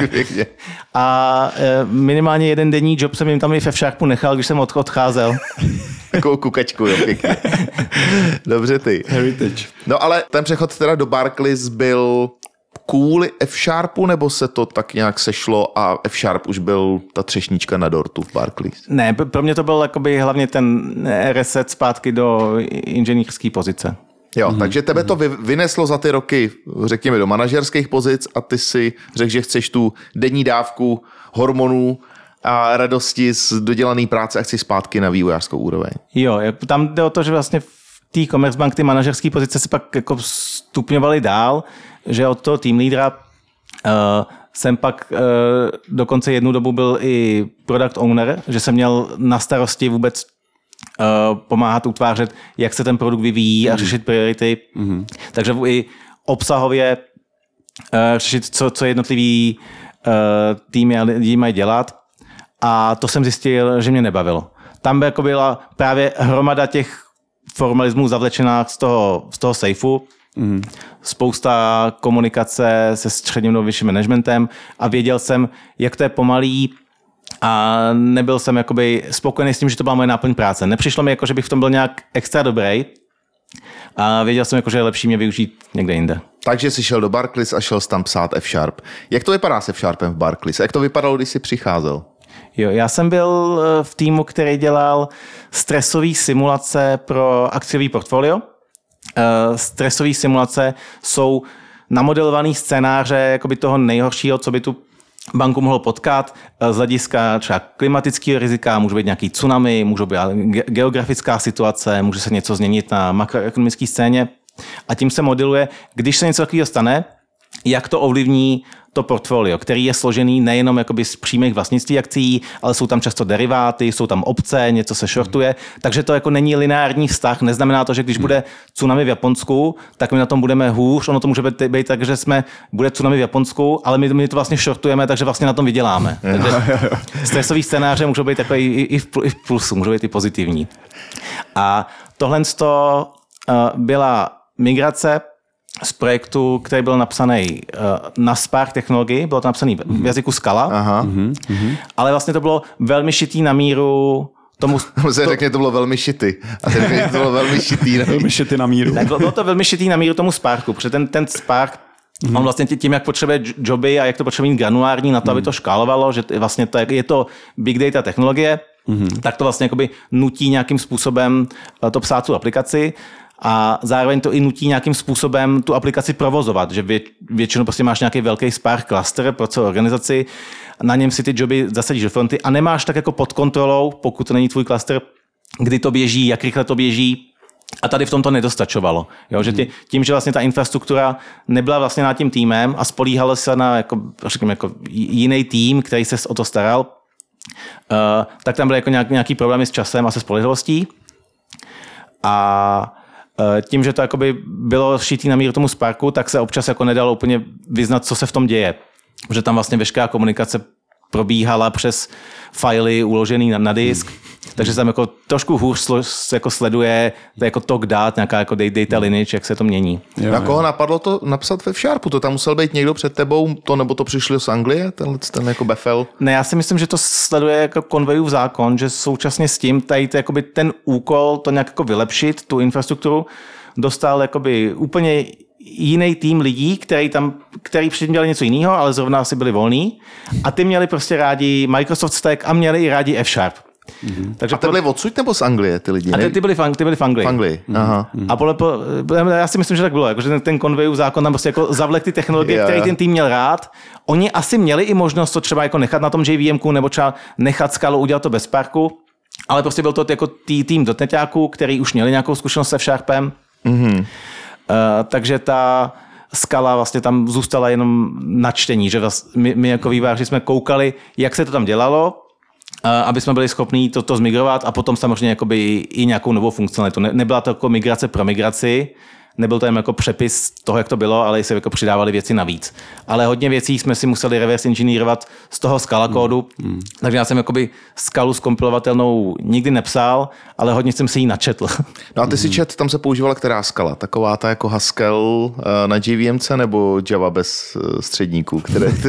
A minimálně jeden denní job jsem jim tam i v F-Sharpu nechal, když jsem odcházel. Takovou kukačku, jo, pěkně. Dobře ty. Heritage. No ale ten přechod teda do Barclays byl kvůli F-Sharpu, nebo se to tak nějak sešlo a F-Sharp už byl ta třešnička na dortu v Barclays? Ne, pro mě to byl jakoby hlavně ten reset zpátky do inženýrské pozice. Jo, takže tebe to vyneslo za ty roky, řekněme, do manažerských pozic a ty si řekl, že chceš tu denní dávku hormonů a radosti z dodělané práce a chci zpátky na vývojářskou úroveň. Jo, tam jde o to, že vlastně v té Commerzbank ty manažerské pozice se pak jako stupňovaly dál, že od toho team leadera jsem pak dokonce jednu dobu byl i product owner, že jsem měl na starosti vůbec pomáhat utvářet, jak se ten produkt vyvíjí a řešit priority. Takže i obsahově řešit, co jednotlivý týmy a lidi mají dělat. A to jsem zjistil, že mě nebavilo. Tam by jako byla právě hromada těch formalismů zavlečená z toho safeu, spousta komunikace se středním nebo vyšším managementem a věděl jsem, jak to je pomalý a nebyl jsem jakoby spokojený s tím, že to byla moje náplň práce. Nepřišlo mi, jako, že bych v tom byl nějak extra dobrý a věděl jsem, jako, že je lepší mě využít někde jinde. Takže jsi šel do Barclays a šel jsi tam psát F-Sharp. Jak to vypadá s F-Sharpem v Barclays? Jak to vypadalo, když jsi přicházel? Jo, já jsem byl v týmu, který dělal stresové simulace pro akciový portfolio. Stresové simulace jsou namodelované scénáře jakoby toho nejhoršího, co by tu banku mohlo potkat z hlediska třeba klimatického rizika, může být nějaký tsunami, může být geografická situace, může se něco změnit na makroekonomické scéně a tím se modeluje, když se něco takového stane, jak to ovlivní to portfolio, který je složený nejenom jakoby z přímých vlastnictví akcií, ale jsou tam často deriváty, jsou tam opce, něco se shortuje, takže to jako není lineární vztah, neznamená to, že když bude tsunami v Japonsku, tak my na tom budeme hůř, ono to může být tak, že bude tsunami v Japonsku, ale my to vlastně shortujeme, takže vlastně na tom vyděláme. Takže stresový scénáře můžou být takový i v plusu, můžou být i pozitivní. A tohle byla migrace z projektu, který byl napsaný na Spark technologii, bylo to napsaný v jazyku Scala, ale vlastně to bylo velmi šitý na míru tomu... Řekně, to bylo velmi šitý. A řekně, to bylo velmi šitý na míru. Tak bylo to velmi šitý na míru tomu Sparku, protože ten Spark, on vlastně tím, jak potřebuje joby a jak to potřebuje mít granulární na to, aby to škálovalo, že vlastně je to big data technologie, tak to vlastně jakoby nutí nějakým způsobem to psát tu aplikaci, a zároveň to i nutí nějakým způsobem tu aplikaci provozovat, že většinou prostě máš nějaký velký Spark cluster pro celou organizaci, na něm si ty joby zasadíš do fronty a nemáš tak jako pod kontrolou, pokud to není tvůj cluster, kdy to běží, jak rychle to běží. A tady v tom to nedostačovalo. Jo? Že tím, že vlastně ta infrastruktura nebyla vlastně nad tím týmem a spolíhalo se na jako jiný tým, který se o to staral, tak tam byly jako nějaký problémy s časem a se spolehlivostí. A tím, že to jakoby bylo šitý na míru tomu Sparku, tak se občas jako nedalo úplně vyznat, co se v tom děje. Že tam vlastně veškerá komunikace probíhala přes filey uložený na disk, takže se tam jako trošku hůř jako sleduje jako tok dat, nějaká jako data lineage, jak se to mění. Na koho napadlo to napsat ve Sharpu? To tam musel být někdo před tebou, nebo to přišlo z Anglie, ten jako Befel? Ne, já si myslím, že to sleduje jako Conwayův zákon, že současně s tím tady jakoby ten úkol to nějak jako vylepšit, tu infrastrukturu, dostal jakoby úplně jiný tým lidí, který předtím dělali něco jiného, ale zrovna asi byli volní. A ty měli prostě rádi Microsoft Stack a měli i rádi F-Sharp. Takže a ty byli odsud nebo z Anglie, ty lidi? A ty byli v Anglii. V Anglii, aha. A já si myslím, že tak bylo, jako, že ten Conwayův zákon tam prostě jako zavlek ty technologie, které ten tým měl rád. Oni asi měli i možnost to třeba jako nechat na tom JVMku nebo třeba nechat Scalu udělat to bez Sparku, ale prostě byl to jako tým dotneťáků, který už měli nějakou zkušenost se F-Sharpem. Takže ta Scala vlastně tam zůstala jenom na čtení, že my jako vývojáři jsme koukali, jak se to tam dělalo, aby jsme byli schopní to zmigrovat a potom samozřejmě jakoby i nějakou novou funkcionalitu. Nebyla to jako migrace pro migraci, nebyl to jen jako přepis toho, jak to bylo, ale se jako přidávaly věci navíc. Ale hodně věcí jsme si museli reverse engineerovat z toho Scala kódu, takže já jsem jakoby Scalu skompilovatelnou nikdy nepsal, ale hodně jsem si ji načetl. No a ty si čet, tam se používala která Scala? Taková ta jako Haskell na JVMce nebo Java bez středníků?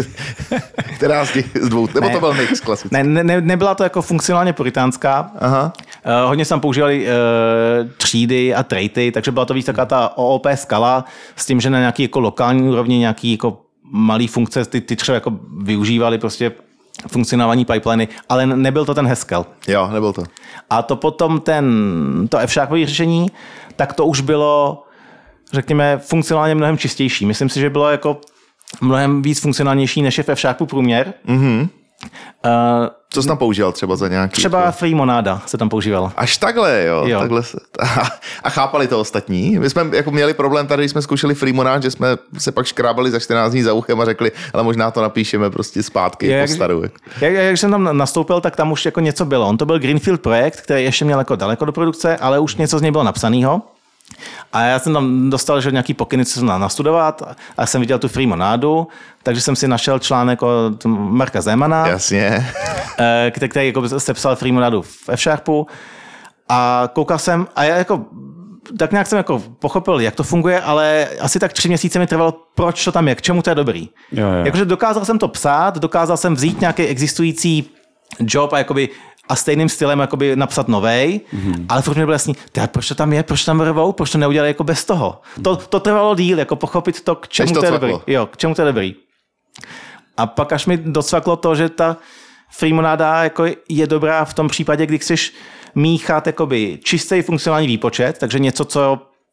Která z těch dvou? Nebo to byl mix klasický? Nebyla to jako funkcionálně puritánská. Aha. Hodně jsme používali třídy a traity, takže byla to víc taková ta OOP Scala s tím, že na nějaký jako lokální úrovni nějaký jako malý funkce ty třeba jako využívali prostě funkcionování pipeliny, ale nebyl to ten Haskell. Jo, nebyl to. A to potom to F-Sharpové řešení, tak to už bylo, řekněme, funkcionálně mnohem čistější. Myslím si, že bylo jako mnohem víc funkcionálnější, než je v F-Sharpu průměr. Co jsi tam používal třeba za nějaký? Třeba Free Monada se tam používala. Až takhle, jo. Takhle a chápali to ostatní? My jsme jako měli problém tady, když jsme zkoušeli Free Monad, že jsme se pak škrábali za 14 dní za uchem a řekli, ale možná to napíšeme prostě zpátky po staru. Jak jsem tam nastoupil, tak tam už jako něco bylo. On to byl Greenfield projekt, který ještě měl jako daleko do produkce, ale už něco z něj bylo napsanýho. A já jsem tam dostal že nějaký pokyny, co jsem nastudovat a jsem viděl tu Free Monadu, takže jsem si našel článek od Marka Zemana, jasně, který jako sepsal Free Monadu v F-Sharpu a koukal jsem a já jako tak nějak jsem jako pochopil, jak to funguje, ale asi tak 3 měsíce mi trvalo, proč to tam je, k čemu to je dobrý. Jo. Jakože dokázal jsem to psát, dokázal jsem vzít nějaký existující job a jakoby a stejným stylem jakoby napsat novej, ale furt mi bylo jasný, proč to tam je, proč tam rvou, proč to neudělali jako bez toho. To trvalo díl, jako pochopit to, k čemu to je dobrý. Jo, k čemu to je dobrý. A pak až mi docvaklo to, že ta Free Monada jako je dobrá v tom případě, kdy chceš míchat jakoby čistý funkcionální výpočet, takže něco, co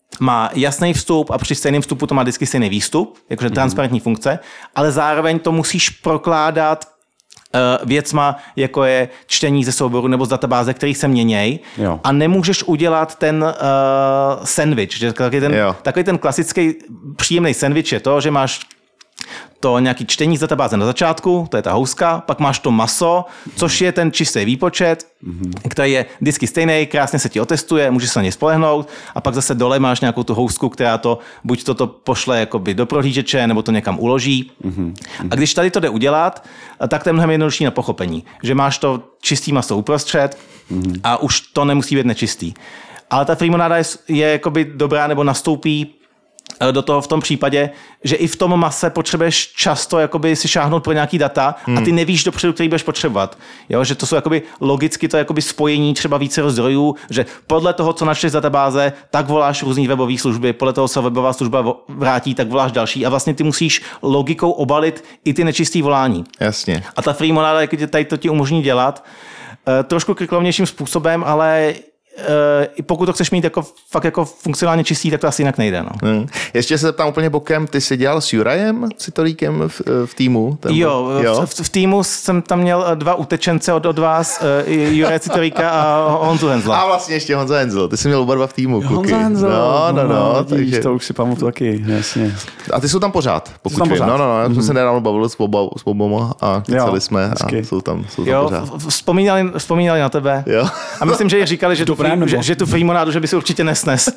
má jasný vstup a při stejném vstupu to má vždycky stejný výstup, jakože transparentní funkce, ale zároveň to musíš prokládat věcma, jako je čtení ze souboru nebo z databáze, který se měněj a nemůžeš udělat ten sandwich. Že takový ten klasický příjemný sandwich je to, že máš to nějaký čtení z databáze na začátku, to je ta houska, pak máš to maso, což je ten čistý výpočet, který je vždycky stejný, krásně se ti otestuje, můžeš se na něj spolehnout a pak zase dole máš nějakou tu housku, která to buď to pošle jakoby do prohlížeče, nebo to někam uloží. A když tady to jde udělat, tak to je mnohem jednodušší na pochopení, že máš to čistý maso uprostřed a už to nemusí být nečistý. Ale ta freemonáda je jakoby dobrá nebo nastoupí do toho v tom případě, že i v tom mase potřebuješ často jakoby si šáhnout pro nějaký data a ty nevíš dopředu, který budeš potřebovat. Jo? Že to jsou jakoby logicky to jakoby spojení třeba více zdrojů, že podle toho, co našli z databáze, tak voláš různý webové služby, podle toho se webová služba vrátí, tak voláš další a vlastně ty musíš logikou obalit i ty nečistý volání. Jasně. A ta freemonáda tady to ti umožní dělat trošku kriklovnějším způsobem, ale i pokud to chceš mít jako, fakt jako funkcionálně čistý, tak to asi jinak nejde. No. Ještě se zeptám úplně bokem, ty jsi dělal s Jurajem Citoríkem v týmu? V týmu jsem tam měl 2 utečence od vás, Juraje Citoríka a Honzu Henzla. A vlastně ještě Honza Henzl, ty jsi měl oba dva v týmu. Honza Henzl. No, takže... To už si pamatuju taky, jasně. A ty jsou tam pořád, pokud vím. No, já jsem se nedávno bavil s oboma a kecali jsme a jsou tam pořád. Vzpomínali na tebe. Jo. A myslím, že říkali, že tu freemonádu, že by si určitě nesnes.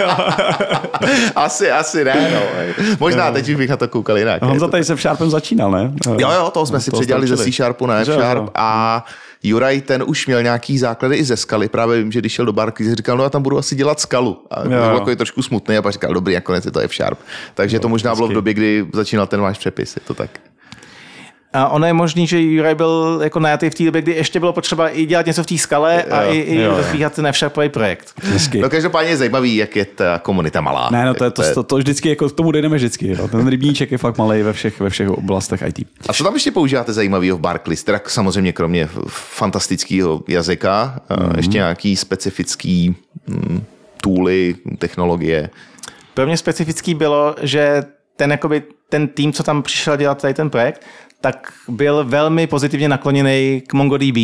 asi ne, no. Možná teď už bych na to koukal jinak. Honza tady se v Sharpem začínal, ne? Jo, toho jsme si předělali ze C Sharpu na F Sharp a Juraj ten už měl nějaký základy i ze skaly. Právě vím, že když šel do Barclays, říkal, no já tam budu asi dělat skalu. A byl takový trošku smutný a pak říkal, dobrý, nakonec je to F Sharp. Takže to možná bylo v době, kdy začínal ten váš přepis, je to tak. A ono je možný, že Juraj byl jako najatý v té době, kdy ještě bylo potřeba i dělat něco v té skale a i rozbíhat ten F-Sharpový projekt. No každopádně je zajímavý, jak je ta komunita malá. Ne, no to vždycky, jako k tomu dojdeme vždycky. Jo. Ten rybníček je fakt malej ve všech oblastech IT. A co tam ještě používáte zajímavého v Barclays? Teda samozřejmě kromě fantastického jazyka, ještě nějaký specifický tooly, technologie? Pro mě specifický bylo, že ten tým, co tam přišel dělat tady ten projekt, tak byl velmi pozitivně nakloněný k MongoDB.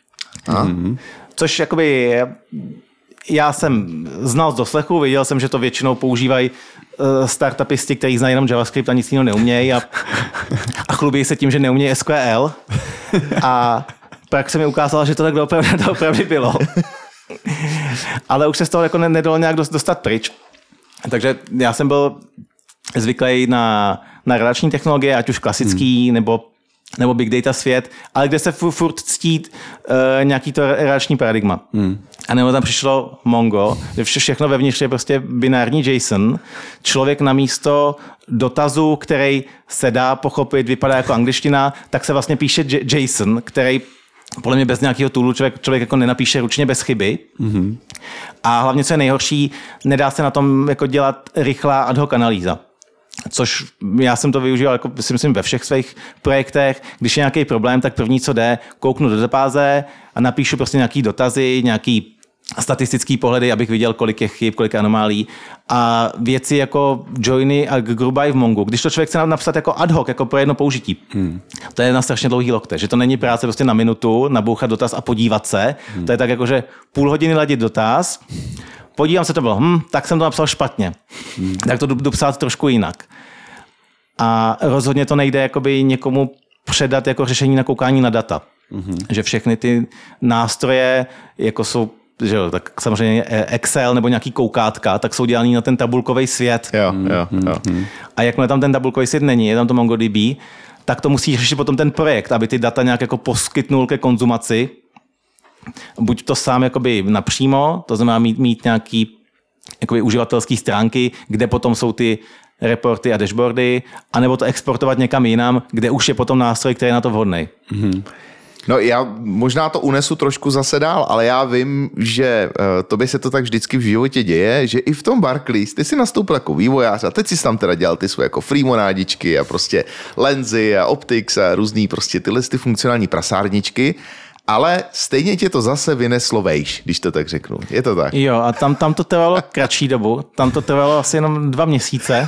Což jakoby já jsem znal z doslechu, viděl jsem, že to většinou používají startupisti, kteří znají jenom JavaScript a nic jiného neumějí a chlubí se tím, že neumějí SQL. A pak se mi ukázalo, že to tak doopravdy bylo. Ale už se z toho jako nedalo nějak dostat pryč. Takže já jsem byl zvyklý na relační technologie, ať už klasický nebo big data svět, ale kde se furt ctí nějaký to relační paradigma. A nebo tam přišlo Mongo, že všechno vevnitř je prostě binární JSON. Člověk namísto dotazu, který se dá pochopit, vypadá jako angličtina, tak se vlastně píše JSON, který podle mě bez nějakého toolu člověk jako nenapíše ručně bez chyby. A hlavně, co je nejhorší, nedá se na tom jako dělat rychlá ad hoc analýza. Což já jsem to využíval jako, si myslím, ve všech svých projektech. Když je nějaký problém, tak první, co jde, kouknu do databáze a napíšu prostě nějaký dotazy, nějaký statistický pohledy, abych viděl, kolik je chyb, kolik je anomálí. A věci jako joiny a groupby v Mongu. Když to člověk chce napsat jako ad hoc, jako pro jedno použití, to je na strašně dlouhý lokte, že to není práce prostě na minutu, nabouchat dotaz a podívat se. To je tak jako, že půl hodiny ladit dotaz, podívám se, to bylo, tak jsem to napsal špatně. Tak to jdu psát trošku jinak. A rozhodně to nejde jakoby někomu předat jako řešení na koukání na data. Že všechny ty nástroje, jako jsou, že jo, tak samozřejmě Excel nebo nějaký koukátka, tak jsou dělaný na ten tabulkový svět. Jo. A jakmile tam ten tabulkový svět není, je tam to MongoDB, tak to musí řešit potom ten projekt, aby ty data nějak jako poskytnul ke konzumaci. Buď to sám jakoby napřímo, to znamená mít nějaký jakoby uživatelský stránky, kde potom jsou ty reporty a dashboardy, anebo to exportovat někam jinam, kde už je potom nástroj, který je na to vhodný. No já možná to unesu trošku zase dál, ale já vím, že tobě se to tak vždycky v životě děje, že i v tom Barclays ty jsi nastoupil jako vývojář a teď jsi tam teda dělal ty svoje jako freemonádičky a prostě Lensy a Optics a různý prostě tyhle ty funkcionální prasárničky. ale stejně tě to zase vyneslo vejš, když to tak řeknu. Je to tak? Jo, a tam to trvalo kratší dobu. Tam to trvalo asi jenom 2 měsíce,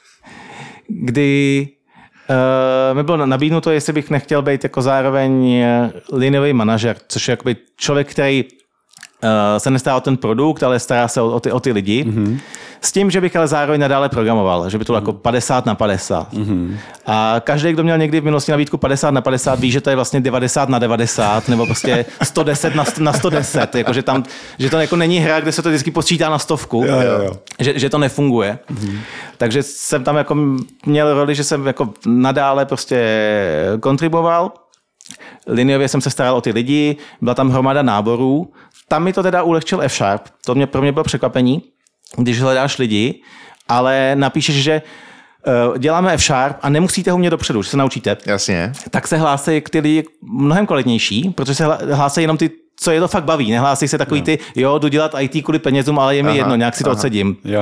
kdy mi bylo nabídnuto, jestli bych nechtěl být jako zároveň liniový manažer, což je jakoby člověk, který se nestará o ten produkt, ale stará se o ty lidi. Mm-hmm. S tím, že bych ale zároveň nadále programoval, že by to bylo jako 50/50. Mm-hmm. A každý, kdo měl někdy v minulosti nabídku 50/50, ví, že to je vlastně 90/90, nebo prostě 110/110. Jako, že to jako není hra, kde se to vždycky počítá na 100. Jo. Že to nefunguje. Mm-hmm. Takže jsem tam jako měl roli, že jsem jako nadále prostě kontribuoval. Liniově jsem se staral o ty lidi, byla tam hromada náborů. Tam mi to teda ulehčil F#. To pro mě bylo překvapení, když hledáš lidi, ale napíšeš, že děláme F# a nemusíte ho umět dopředu, že se naučíte. Jasně. Tak se hlásí ty lidi mnohem kvalitnější, protože se hlásí jenom ty, co je to fakt baví. Nehlásí se takový ty, jdu dělat IT kvůli penězům, ale je mi jedno, nějak si to odsedím. Jo.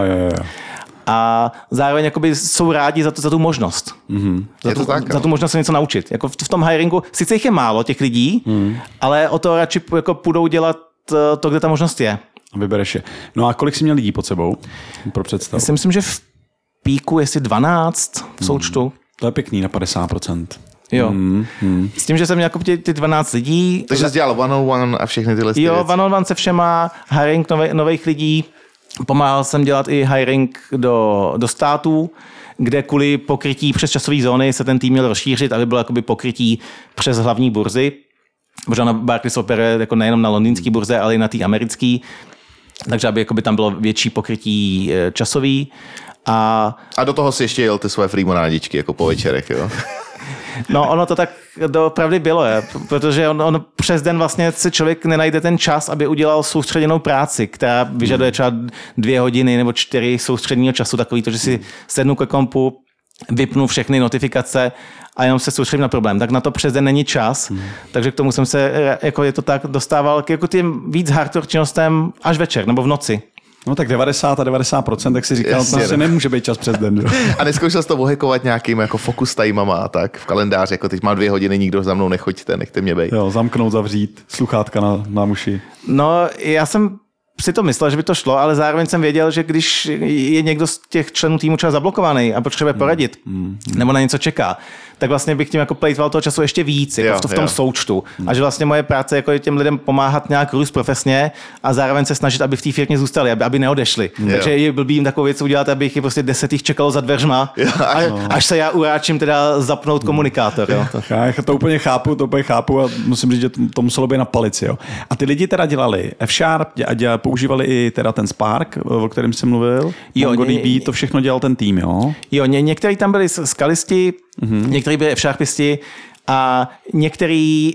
A zároveň jakoby jsou rádi za tu možnost. Mm-hmm. Za tu možnost se něco naučit. Jako v tom hiringu, sice jich je málo, těch lidí, ale o to radši jako půjdou dělat to, kde ta možnost je. Vybereš je. No a kolik jsi měl lidí pod sebou pro představu? Já si myslím, že v píku jestli 12 v součtu. To je pěkný na 50%. Jo. S tím, že jsem měl jako ty 12 lidí. Takže jsi dělal one-on-one a všechny tyhle Jo, věci. one-on-one se všema, hiring nových lidí. Pomáhal jsem dělat i hiring do států, kde kvůli pokrytí přes časové zóny se ten tým měl rozšířit, aby bylo jakoby pokrytí přes hlavní burzy. Možná Barclays operuje jako nejenom na londýnské burze, ale i na té americké. Takže aby jakoby tam bylo větší pokrytí časový. A do toho si ještě jel ty své frýmonádičky jako po večerech, jo? No, ono to tak doopravdy bylo, protože on přes den vlastně si člověk nenajde ten čas, aby udělal soustředěnou práci, která vyžaduje třeba 2 hodiny nebo 4 soustředního času, takový to, že si sednu ke kompu, vypnu všechny notifikace a jenom se soustředím na problém. Tak na to přes den není čas, takže k tomu jsem se, jako je to tak, dostával jako tím víc hardcore činnostem až večer nebo v noci. No tak 90%, jak jsi říkal, to prostě nemůže být čas přes den. A neskoušel jsi to ohekovat nějakým jako focus timama a tak v kalendáři, jako teď má 2 hodiny, nikdo za mnou nechoďte, nechte mě bejt. Jo, zamknout, zavřít, sluchátka na uši. No, já jsem si to myslel, že by to šlo, ale zároveň jsem věděl, že když je někdo z těch členů týmu třeba zablokovaný a potřebuje poradit, nebo na něco čeká, tak vlastně bych tím jako plejtval toho času ještě víc, jako v tom součtu. A že vlastně moje práce jako je těm lidem pomáhat nějak růst profesně a zároveň se snažit, aby v té firmě zůstali, aby neodešli. Takže je blbý jim takovou věc udělat, aby jich prostě 10 jich čekalo za dveřma, až se já uráčím teda zapnout komunikátor. Jo. Já to úplně chápu a musím říct, že to muselo být na palici. Jo. A ty lidi teda dělali F# a používali i teda ten Spark, o kterém jsem mluvil. MongoDB, to všechno dělal ten tým, jo? Jo, někteří tam byli skalisti, někteří byli F# a někteří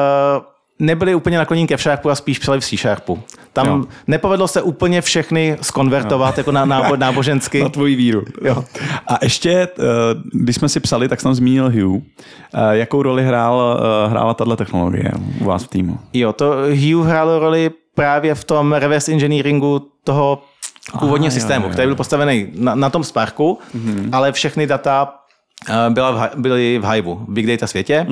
nebyli úplně nakloněni k F# a spíš psali v C#. Tam nepovedlo se úplně všechny skonvertovat jako na nábožensky. Na tvoji víru. Jo. A ještě, když jsme si psali, tak jsem tam zmínil Hue. Jakou roli hrála tato technologie u vás v týmu? Jo, to Hue hrálo roli právě v tom reverse engineeringu toho původního systému, který byl postavený na tom Sparku, ale všechny data byly v Hiveu, v Big Data světě.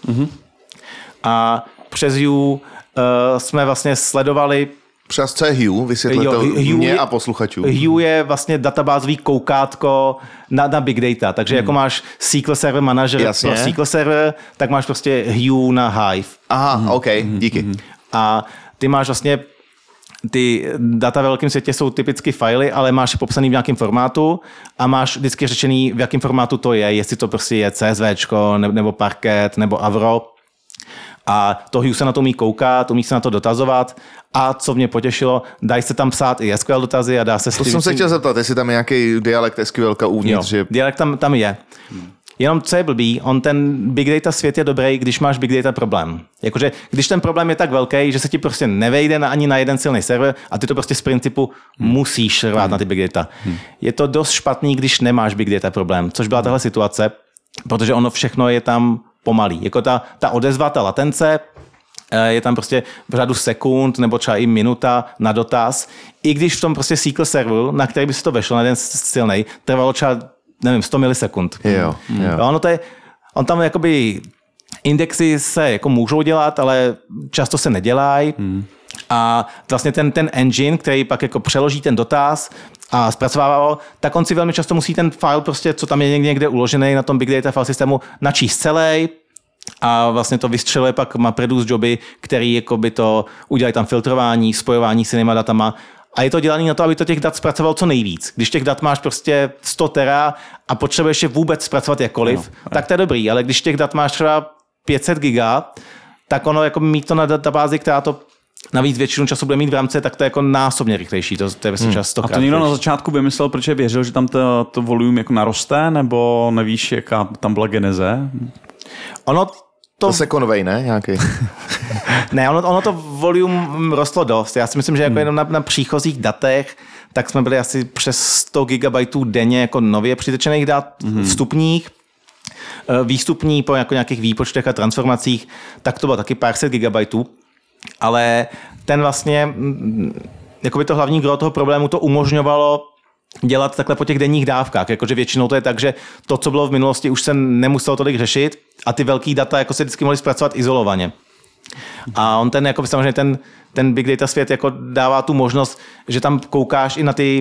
A přes Hue jsme vlastně sledovali. Přes co je Hue? Vysvětlete to mě a posluchačům. Hue je vlastně databázový koukátko na Big Data. Takže jako máš SQL Server Manager pro SQL Server, tak máš prostě Hue na Hive. Aha, OK, díky. A ty máš vlastně ty data ve velkém světě jsou typicky fajly, ale máš je popsaný v nějakém formátu a máš vždycky řečený, v jakém formátu to je, jestli to prostě je CSVčko, nebo Parquet, nebo Avro. A to Hue se na to umí koukat, umí se na to dotazovat a co mě potěšilo, dají se tam psát i SQL dotazy a dá se... To jsem se chtěl zeptat, jestli tam je nějaký dialekt SQLka uvnitř. Jo, dialekt tam je. Jenom co je blbý, ten Big Data svět je dobrý, když máš Big Data problém. Jakože když ten problém je tak velký, že se ti prostě nevejde ani na jeden silný server a ty to prostě z principu musíš rvát na ty Big Data. Je to dost špatný, když nemáš Big Data problém, což byla tahle situace, protože ono všechno je tam pomalý. Jako ta odezva, ta latence, je tam prostě v řádu sekund nebo třeba i minuta na dotaz. I když v tom prostě SQL serveru, na který by se to vešlo na jeden silnej, trvalo třeba, nevím, 100 milisekund. Jo. On tam jakoby Indexy se jako můžou dělat, ale často se nedělají. A vlastně ten engine, který pak jako přeloží ten dotaz a zpracovává ho, tak on si velmi často musí ten file, prostě, co tam je někde uložený na tom Big Data file systému, načíst celý a vlastně to vystřeluje pak MapReduce joby, který jako by to udělají tam filtrování, spojování s jinýma datama. A je to dělané na to, aby to těch dat zpracoval co nejvíc. Když těch dat máš prostě 100 tera a potřebuješ je vůbec zpracovat jakkoliv, tak to je dobrý. Ale když těch dat máš třeba 500 giga, tak ono jako mít to na databázi, která to navíc většinu času bude mít v rámci, tak to je jako násobně rychlejší. To je vlastně čas 100krát. A to někdo na začátku vymyslel, protože věřil, že tam to volume jako naroste, nebo nevíš, jaká tam byla geneze? To se konvej, ne? Nějaký. Ne, ono to volume rostlo dost. Já si myslím, že jako jenom na příchozích datech, tak jsme byli asi přes 100 GB denně jako nově přitečených dat vstupních. Výstupní po jako nějakých výpočtech a transformacích, tak to bylo taky pár set gigabajtů. Ale ten vlastně, jakoby to hlavní gro toho problému to umožňovalo dělat takhle po těch denních dávkách. Jakože většinou to je tak, že to, co bylo v minulosti, už se nemuselo tolik řešit a ty velký data jako se vždycky mohly zpracovat izolovaně. A on jako samozřejmě ten big data svět jako dává tu možnost, že tam koukáš i na ty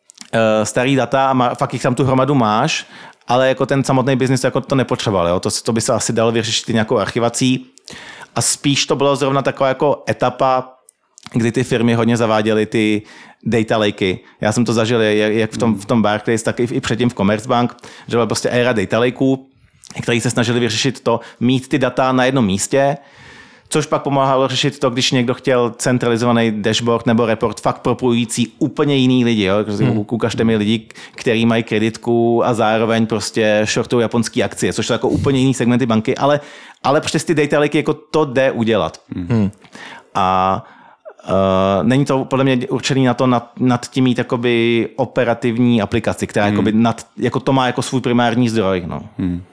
starý data a fakt jich tam tu hromadu máš, ale jako ten samotný biznis jako to nepotřeboval. Jo? To by se asi dalo vyřešit nějakou archivací. A spíš to bylo zrovna taková jako etapa, kdy ty firmy hodně zaváděly ty data lakey. Já jsem to zažil jak v tom Barclays, tak i předtím v Commerzbank, že byla prostě éra data lakeů, který se snažili vyřešit to, mít ty data na jednom místě, což pak pomáhalo řešit to, když někdo chtěl centralizovaný dashboard nebo report fakt propojující úplně jiný lidi. Jo? Ukažte mi lidi, kteří mají kreditku a zároveň prostě shortují japonský akcie, což jsou jako úplně jiný segmenty banky, ale přes ty data lakey jako to jde udělat. A není to podle mě určený na to nad tím mít jakoby operativní aplikaci, která jakoby jako to má jako svůj primární zdroj. No.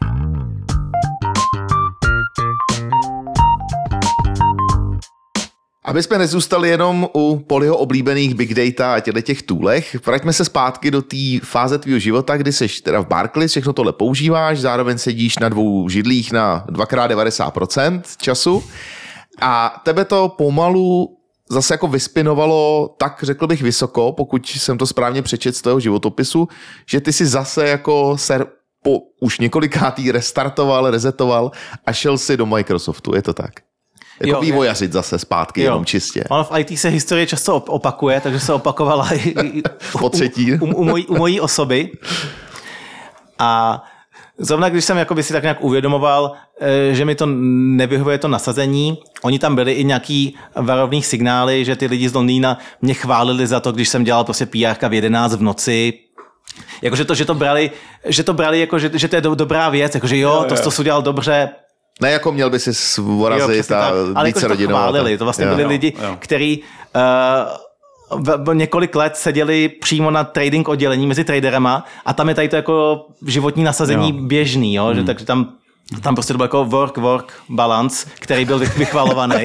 Aby jsme nezůstali jenom u Poliho oblíbených big data a těch toolech, vraťme se zpátky do té fáze tvýho života, kdy seš teda v Barclays, všechno tohle používáš, zároveň sedíš na 2 židlích na 2x90% času a tebe to pomalu zase jako vyspinovalo tak, řekl bych, vysoko, pokud jsem to správně přečetl z toho životopisu, že ty si zase jako už několikátý resetoval a šel si do Microsoftu, je to tak? Jako vývojařit zase zpátky, jenom čistě. Ono v IT se historie často opakuje, takže se opakovala i po třetí. U mojí osoby. A zrovna když jsem si tak nějak uvědomoval, že mi to nevyhovuje to nasazení, oni tam byli i nějaký varovný signály, že ty lidi z Londýna mě chválili za to, když jsem dělal prostě PR v 11 v noci. Jakože to, že to brali jako, že to je dobrá věc, jakože to jsi udělal dobře. Ne, jako měl by si svorazit a více rodinou. Ale to vlastně byli lidi, kteří několik let seděli přímo na trading oddělení mezi traderama a tam je tady to jako životní nasazení běžný, jo? Že, takže tam prostě to bylo jako work balance, který byl vychvalovaný.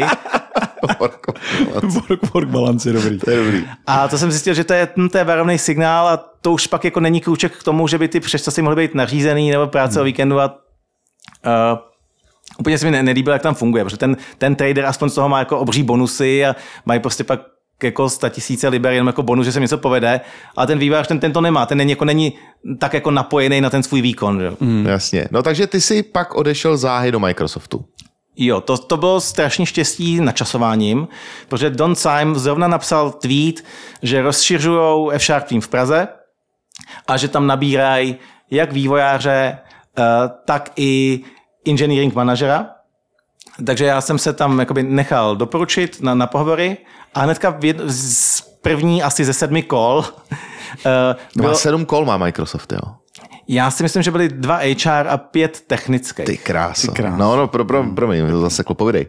work balance je dobrý. To je dobrý. A to jsem zjistil, že to je varovný signál a to už pak jako není krůček k tomu, že by ty přesčasy mohly být nařízený nebo práce o víkendu a úplně se mi nelíbilo, jak tam funguje, protože ten trader aspoň z toho má jako obří bonusy a mají prostě pak jako 100 000 liber jenom jako bonus, že se něco povede, ale ten vývojář ten to nemá, ten není tak jako napojený na ten svůj výkon. Že? Jasně, no takže ty si pak odešel záhy do Microsoftu. Jo, to bylo strašně štěstí načasováním, protože Don Syme zrovna napsal tweet, že rozšiřujou F-Sharp tým v Praze a že tam nabírají jak vývojáře, tak i engineering manažera. Takže já jsem se tam nechal doporučit na pohovory a hnedka první asi ze 7 kol. 7 kol má Microsoft, jo? Já si myslím, že byly 2 HR a 5 technických. Ty kráso. No, promiň, to zase klopovidej.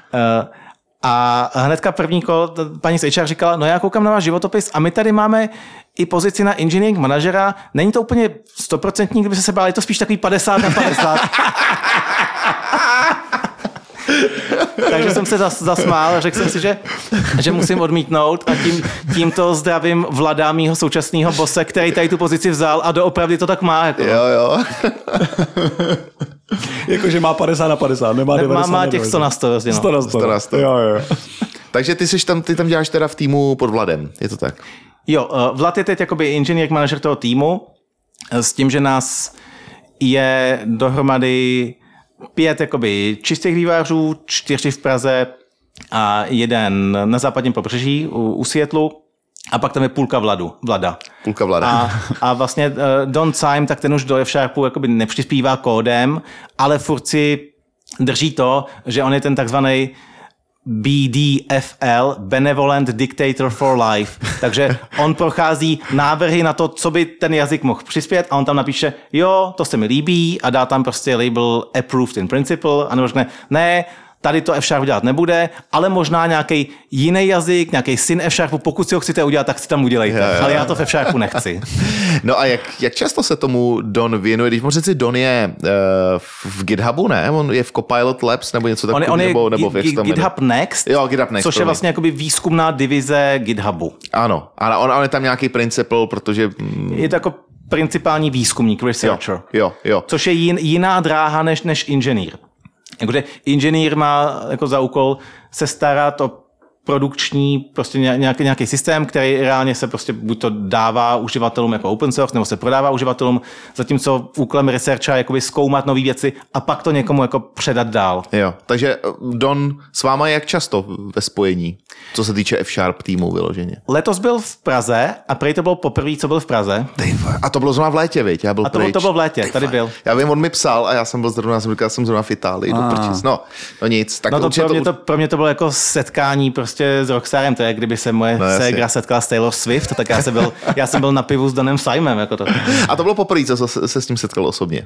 A hnedka první kol paní z HR říkala, no já koukám na váš životopis a my tady máme i pozici na engineering manažera. Není to úplně 100%, kdyby se bál, je to spíš takový 50/50. Takže jsem se zasmál a řekl jsem si, že musím odmítnout a tímto zdravím Vlada, mýho současného bose, který tady tu pozici vzal a doopravdy to tak má. Jako. Jo. Jakože má 50/50, nemá 90/90. Má těch 100/100. 100/100. Jo. Takže ty tam děláš teda v týmu pod Vladem, je to tak? Jo, Vlad je teď jakoby engineer manažer toho týmu s tím, že nás je dohromady 5 jakoby čistých vývojářů, 4 v Praze a 1 na západním pobřeží u Seattlu a pak tam je půlka Vlada. Půlka Vlada. A vlastně Don Syme, tak ten už do F-Sharpu jakoby nepřispívá kódem, ale furt si drží to, že on je ten takzvaný BDFL, Benevolent Dictator for Life. Takže on prochází návrhy na to, co by ten jazyk mohl přispět a on tam napíše, jo, to se mi líbí a dá tam prostě label Approved in Principle a nebo řekne, ne, tady to F-Sharp dělat nebude, ale možná nějaký jiný jazyk, nějaký syn F-Sharpu, pokud si ho chcete udělat, tak si tam udělejte. Ale já to v F-Sharpu nechci. No a jak často se tomu Don věnuje? Když možná si Don je v GitHubu, ne? On je v Copilot Labs nebo něco takového? On je GitHub Next, GitHub Next, což je vlastně jakoby výzkumná divize GitHubu. Ano, on je tam nějaký principal, protože... Je to jako principální výzkumník, researcher. Jo. Což je jiná dráha než inženýr. Jakože inženýr má jako za úkol se starat o produkční prostě nějaký systém, který reálně se prostě buď to dává uživatelům jako open source, nebo se prodává uživatelům, zatímco úkolem researcha je jakoby zkoumat nové věci a pak to někomu jako předat dál. Jo, takže Don s váma je jak často ve spojení, co se týče F-Sharp týmu vyloženě? Letos byl v Praze a prej to bylo poprvé, co byl v Praze. A to bylo zrovna v létě, viď? Já byl a to bylo v létě, tady byl. Já vím, on mi psal a já jsem zrovna v Itálii, no nic. Tak pro mě to bylo jako setkání prostě s Rockstarem, to je, kdyby se moje ségra setkala s Taylor Swift, tak já jsem byl na pivu s Donem Symem. Jako to. A to bylo poprvé, co se s ním setkal osobně?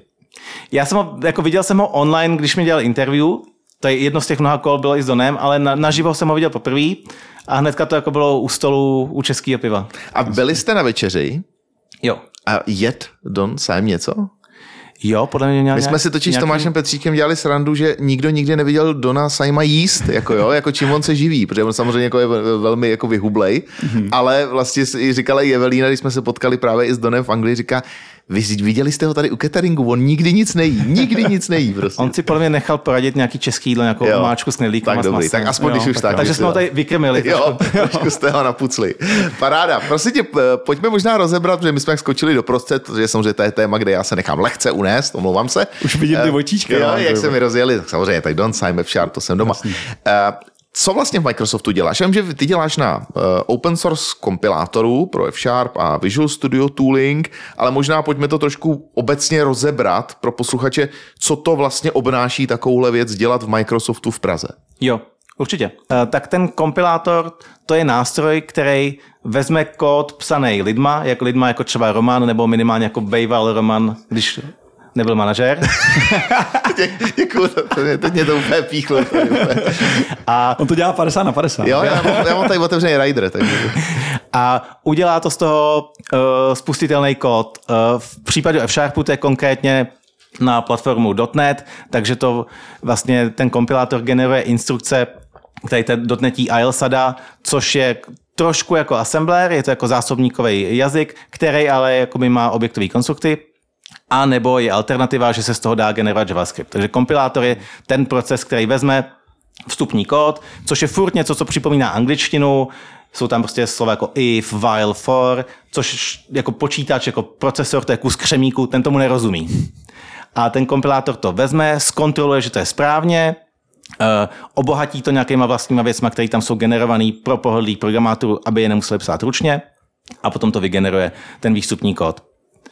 Viděl jsem ho online, když mi dělal interview, to je jedno z těch mnoha kol bylo i s Donem, ale naživo jsem ho viděl poprvé a hnedka to jako bylo u stolu u českého piva. A byli jste na večeři? Jo. A jet Don Syme něco? Jo, podle mě nějaký... My jsme si totiž s Tomášem Petříkem dělali srandu, že nikdo nikdy neviděl Dona Syma jíst, jako čím on se živí, protože on samozřejmě jako je velmi jako vyhublej, ale vlastně říkala i Evelína, když jsme se potkali právě i s Donem v Anglii, říká, vy viděli jste ho tady u cateringu, on nikdy nic nejí prostě. On si podle mě nechal poradit nějaký český jídlo, nějakou omáčku s knedlíkem a s masem. Tak aspoň když už tak. Takže jsme ho tady vykrmili. Jo, trošku jste ho napucli. Paráda. Prosím tě, pojďme možná rozebrat, protože my jsme skočili do prostřed, protože samozřejmě to je téma, kde já se nechám lehce unést, omlouvám se. Už vidím ty očíčka. Jo, jak se mi rozjeli, tak samozřejmě tak Don Syme, F-Sharp, to jsem doma. Co vlastně v Microsoftu děláš? Já vím, že ty děláš na open source kompilátoru pro F-Sharp a Visual Studio Tooling, ale možná pojďme to trošku obecně rozebrat pro posluchače, co to vlastně obnáší takovouhle věc dělat v Microsoftu v Praze. Jo, určitě. Tak ten kompilátor, to je nástroj, který vezme kód psaný lidma jako třeba Roman, nebo minimálně jako býval Roman, když nebyl manažér. Děkuju, teď mě to úplně píchlo. A on to dělá 50/50. Jo, já mám tady otevřený rider. Takže... A udělá to z toho spustitelný kód. V případě F-Sharpu to je konkrétně na platformu .NET, takže to vlastně ten kompilátor generuje instrukce, který ten .NETí ILSADA, což je trošku jako assembler, je to jako zásobníkový jazyk, který ale jakoby má objektový konstrukty. A nebo je alternativa, že se z toho dá generovat JavaScript. Takže kompilátor je ten proces, který vezme vstupní kód, což je furt něco, co připomíná angličtinu. Jsou tam prostě slova jako if, while, for, což jako počítač, jako procesor, to je kus křemíku, ten tomu nerozumí. A ten kompilátor to vezme, zkontroluje, že to je správně, obohatí to nějakýma vlastníma věcma, které tam jsou generovaný pro pohodlí programátorů, aby je nemuseli psát ručně a potom to vygeneruje ten výstupní kód.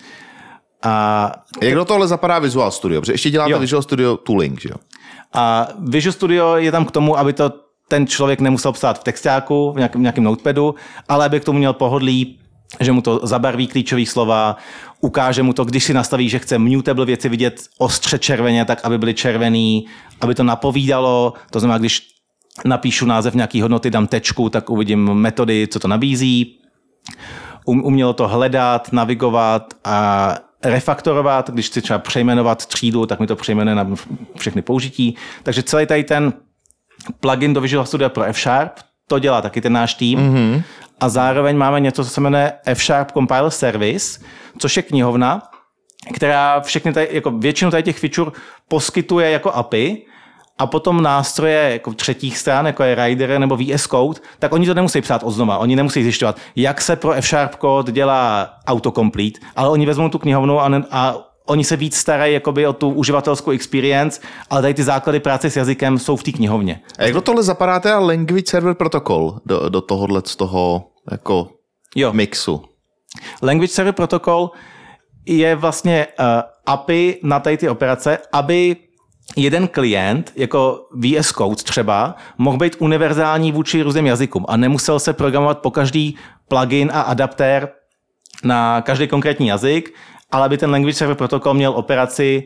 A jak do tohle zapadá Visual Studio? Protože ještě děláte Visual Studio Tooling, že jo? A Visual Studio je tam k tomu, aby to ten člověk nemusel psát v textáku, v nějakém notepadu, ale aby k tomu měl pohodlí, že mu to zabarví klíčový slova, ukáže mu to, když si nastaví, že chce mutable věci vidět ostře červeně, tak aby byly červený, aby to napovídalo, to znamená, když napíšu název nějaký hodnoty, dám tečku, tak uvidím metody, co to nabízí. Umělo to hledat, navigovat a refaktorovat, když chci třeba přejmenovat třídu, tak mi to přejmenuje na všechny použití. Takže celý tady ten plugin do Visual Studia pro F#, to dělá taky ten náš tým. A zároveň máme něco, co se jmenuje F# Compiler Service, což je knihovna, která všechny tady, jako většinu tady těch feature poskytuje jako API a potom nástroje jako třetích stran, jako je Rider nebo VS Code, tak oni to nemusí psát odznova, oni nemusí zjišťovat, jak se pro F# kód dělá autocomplete, ale oni vezmou tu knihovnu a oni se víc starají jakoby o tu uživatelskou experience, ale tady ty základy práce s jazykem jsou v té knihovně. A jak do tohle zapadá teda Language Server Protocol do tohohle z toho jako mixu? Language Server Protocol je vlastně API na tady ty operace, aby jeden klient, jako VS Code třeba, mohl být univerzální vůči různým jazykům a nemusel se programovat po každý plugin a adaptér na každý konkrétní jazyk, ale aby ten Language Server Protocol měl operaci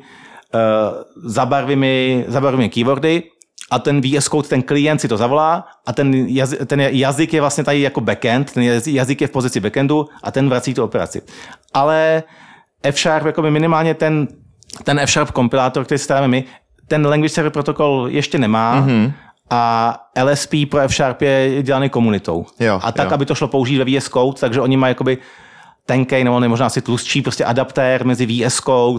za barvými keywordy a ten VS Code, ten klient si to zavolá a ten jazyk je vlastně tady jako backend, ten jazyk je v pozici backendu a ten vrací tu operaci. Ale F# jako minimálně ten F# kompilátor, který staráme my, ten Language Server Protocol ještě nemá a LSP pro F# je dělaný komunitou. Aby to šlo použít ve VS Code, takže oni mají jakoby tenkej, nebo možná asi tlustší prostě adaptér mezi VS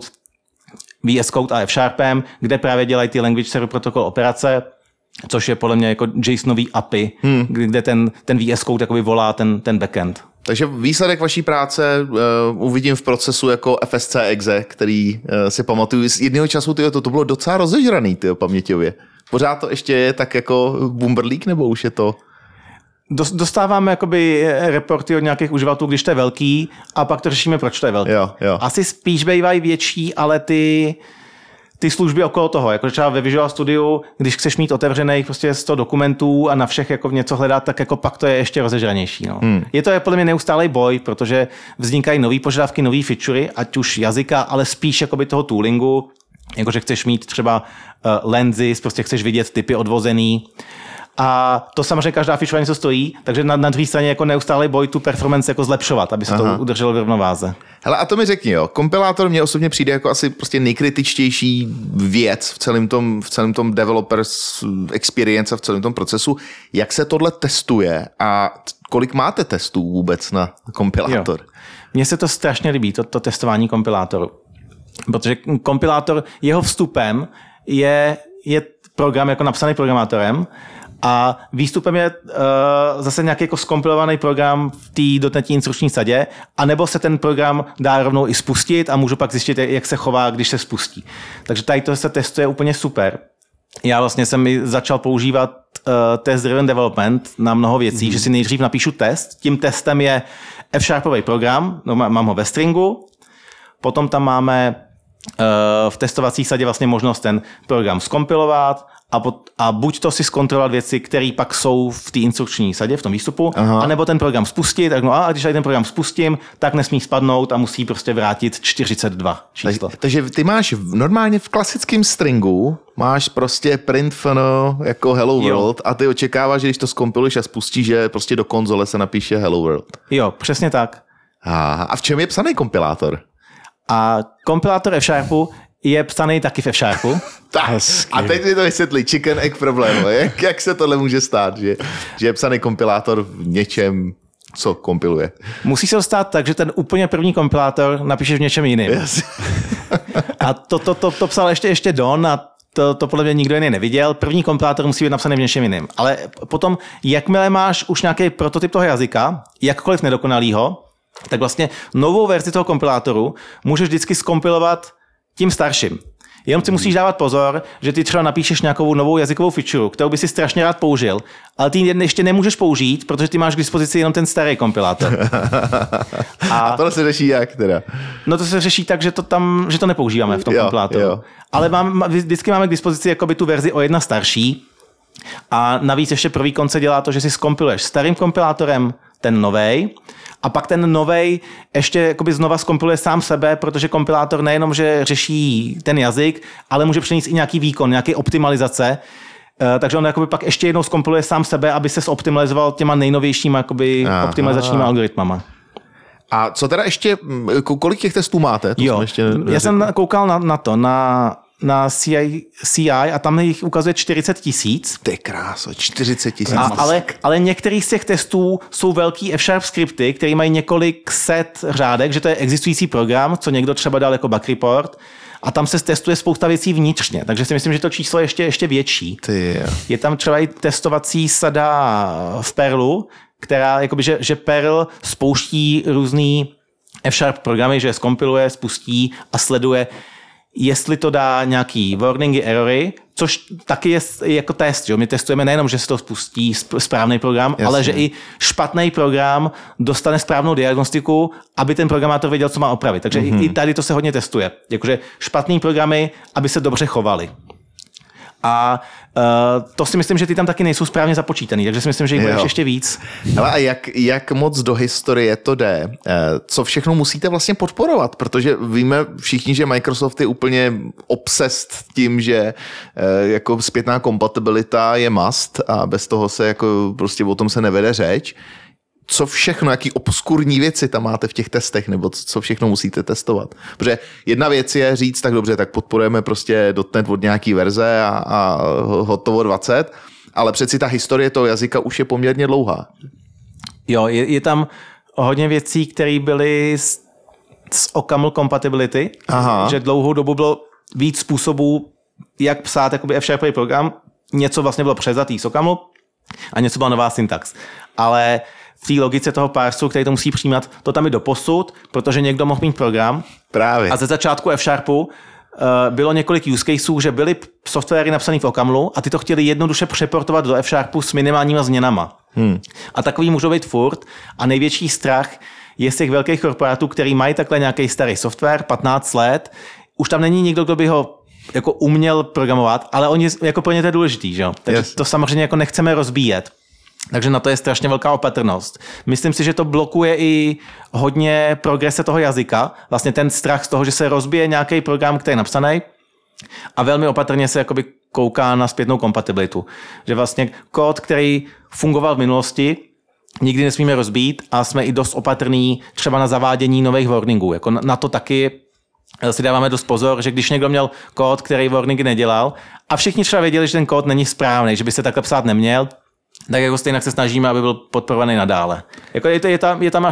Code a F#, kde právě dělají ty Language Server Protocol operace, což je podle mě jako JSONový API, kde ten VS Code jakoby volá ten backend. Takže výsledek vaší práce uvidím v procesu jako FSC exe, který si pamatuju z jedného času, to bylo docela rozežraný paměťově. Pořád to ještě je tak jako bumberlík, nebo už je to... Dostáváme jakoby reporty od nějakých uživatelů, když to je velký, a pak to řešíme, proč to je velký. Jo. Asi spíš bývají větší, ale ty služby okolo toho, jako třeba ve Visual Studiu, když chceš mít otevřených prostě 100 dokumentů a na všech jako něco hledat, tak jako pak to je ještě rozežranější. No. Je to podle mě neustálý boj, protože vznikají nový požadavky, nový featurey, ať už jazyka, ale spíš jakoby toho toolingu, jakože chceš mít třeba lenses, prostě chceš vidět typy odvozený. A to samozřejmě každá feature něco stojí, takže na druhé straně jako neustálý boj tu performance jako zlepšovat, aby se to udrželo v rovnováze. Hele, a to mi řekni, kompilátor mně osobně přijde jako asi prostě nejkritičtější věc v celém tom developers experience a v celém tom procesu. Jak se tohle testuje a kolik máte testů vůbec na kompilátor? Mně se to strašně líbí, to testování kompilátoru. Protože kompilátor, jeho vstupem je program jako napsaný programátorem, a výstupem je zase nějaký jako skompilovaný program v té dotnetní instrukční sadě, anebo se ten program dá rovnou i spustit a můžu pak zjistit, jak se chová, když se spustí. Takže tady to se testuje úplně super. Já vlastně jsem začal používat test-driven development na mnoho věcí, že si nejdřív napíšu test. Tím testem je F# program, no, mám ho ve stringu, potom tam máme v testovací sadě vlastně možnost ten program zkompilovat a buď to si zkontrolovat věci, které pak jsou v té instrukční sadě, v tom výstupu, anebo ten program spustit, tak a když ten program spustím, tak nesmí spadnout a musí prostě vrátit 42 číslo. Takže ty máš normálně v klasickém stringu, máš prostě print fn jako hello world a ty očekáváš, že když to zkompiluješ a spustíš, že prostě do konzole se napíše hello world. Jo, přesně tak. A v čem je psaný kompilátor? A kompilátor F# je psaný taky v F#. A teď mi to vysvětlí, chicken egg problém. Jak se tohle může stát, že je psaný kompilátor v něčem, co kompiluje? Musí se to stát tak, že ten úplně první kompilátor napíšeš v něčem jiným. Yes. A to psal ještě Don a to podle mě nikdo jiný neviděl. První kompilátor musí být napsaný v něčem jiným. Ale potom, jakmile máš už nějaký prototyp toho jazyka, jakkoliv nedokonalýho, tak vlastně novou verzi toho kompilátoru můžeš vždycky zkompilovat tím starším. Jenom si musíš dávat pozor, že ty třeba napíšeš nějakou novou jazykovou feature, kterou by si strašně rád použil, ale ty ještě nemůžeš použít, protože ty máš k dispozici jenom ten starý kompilátor. A tohle se řeší jak teda? No to se řeší tak, že to nepoužíváme v tom kompilátoru. Jo. Ale vždycky máme k dispozici jakoby tu verzi o jedna starší a navíc ještě pro výkon se dělá to, že si zkompiluješ starým kompilátorem ten novej, a pak ten novej ještě jakoby znova zkompiluje sám sebe, protože kompilátor nejenom, že řeší ten jazyk, ale může přinést i nějaký výkon, nějaký optimalizace. Takže on jakoby pak ještě jednou zkompiluje sám sebe, aby se zoptimalizoval těma nejnovějšíma jakoby optimalizačníma algoritmama. A co teda ještě, kolik těch testů máte? Já jsem koukal na na CI a tam jich ukazuje 40 000. Ty kráso, 40 000. Ale některý z těch testů jsou velký F-Sharp skripty, které mají několik set řádek, že to je existující program, co někdo třeba dal jako bug report, a tam se testuje spousta věcí vnitřně, takže si myslím, že to číslo je ještě větší. Je tam třeba i testovací sada v Perlu, která, jakoby, že Perl spouští různý F-Sharp programy, že je zkompiluje, spustí a sleduje, jestli to dá nějaký warningy, erory, což taky je jako test. Že? My testujeme nejenom, že se to spustí správný program, jasně, ale že i špatný program dostane správnou diagnostiku, aby ten programátor věděl, co má opravit. Takže i tady to se hodně testuje. Jakože špatný programy, aby se dobře chovaly. A to si myslím, že ty tam taky nejsou správně započítaný, takže si myslím, že jich bude ještě víc. Ale a jak moc do historie to jde? Co všechno musíte vlastně podporovat? Protože víme všichni, že Microsoft je úplně obsessed tím, že jako zpětná kompatibilita je must a bez toho se jako prostě o tom se nevede řeč. Co všechno, jaký obskurní věci tam máte v těch testech, nebo co všechno musíte testovat. Protože jedna věc je říct, tak dobře, tak podporujeme prostě .NET od nějaký verze a hotovo 20, ale přeci ta historie toho jazyka už je poměrně dlouhá. Jo, je tam hodně věcí, které byly z OCaml compatibility, že dlouhou dobu bylo víc způsobů, jak psát jakoby F-Sharpový program, něco vlastně bylo převzatý z OCaml a něco byla nová syntax. Ale v té logice toho parsu, který to musí přijímat, to tam je doposud, protože někdo mohl mít program. Právě. A ze začátku F-Sharpu bylo několik use caseů, že byly softwary napsané v OCamlu a ty to chtěli jednoduše přeportovat do F-Sharpu s minimálníma změnama. A takový můžou být furt. A největší strach je z těch velkých korporátů, který mají takhle nějaký starý software, 15 let. Už tam není nikdo, kdo by ho jako uměl programovat, ale oni jako pro ně to je důležitý, že? Takže to samozřejmě jako nechceme rozbíjet. Takže na to je strašně velká opatrnost. Myslím si, že to blokuje i hodně progrese toho jazyka. Vlastně ten strach z toho, že se rozbije nějaký program, který je napsaný, a velmi opatrně se jakoby kouká na zpětnou kompatibilitu. Že vlastně kód, který fungoval v minulosti, nikdy nesmíme rozbít a jsme i dost opatrní třeba na zavádění nových warningů. Jako na to taky si dáváme dost pozor, že když někdo měl kód, který warningy nedělal a všichni třeba věděli, že ten kód není správný, že by se takhle psát neměl, tak jako stejně se snažíme, aby byl podporovaný nadále. Jako je tam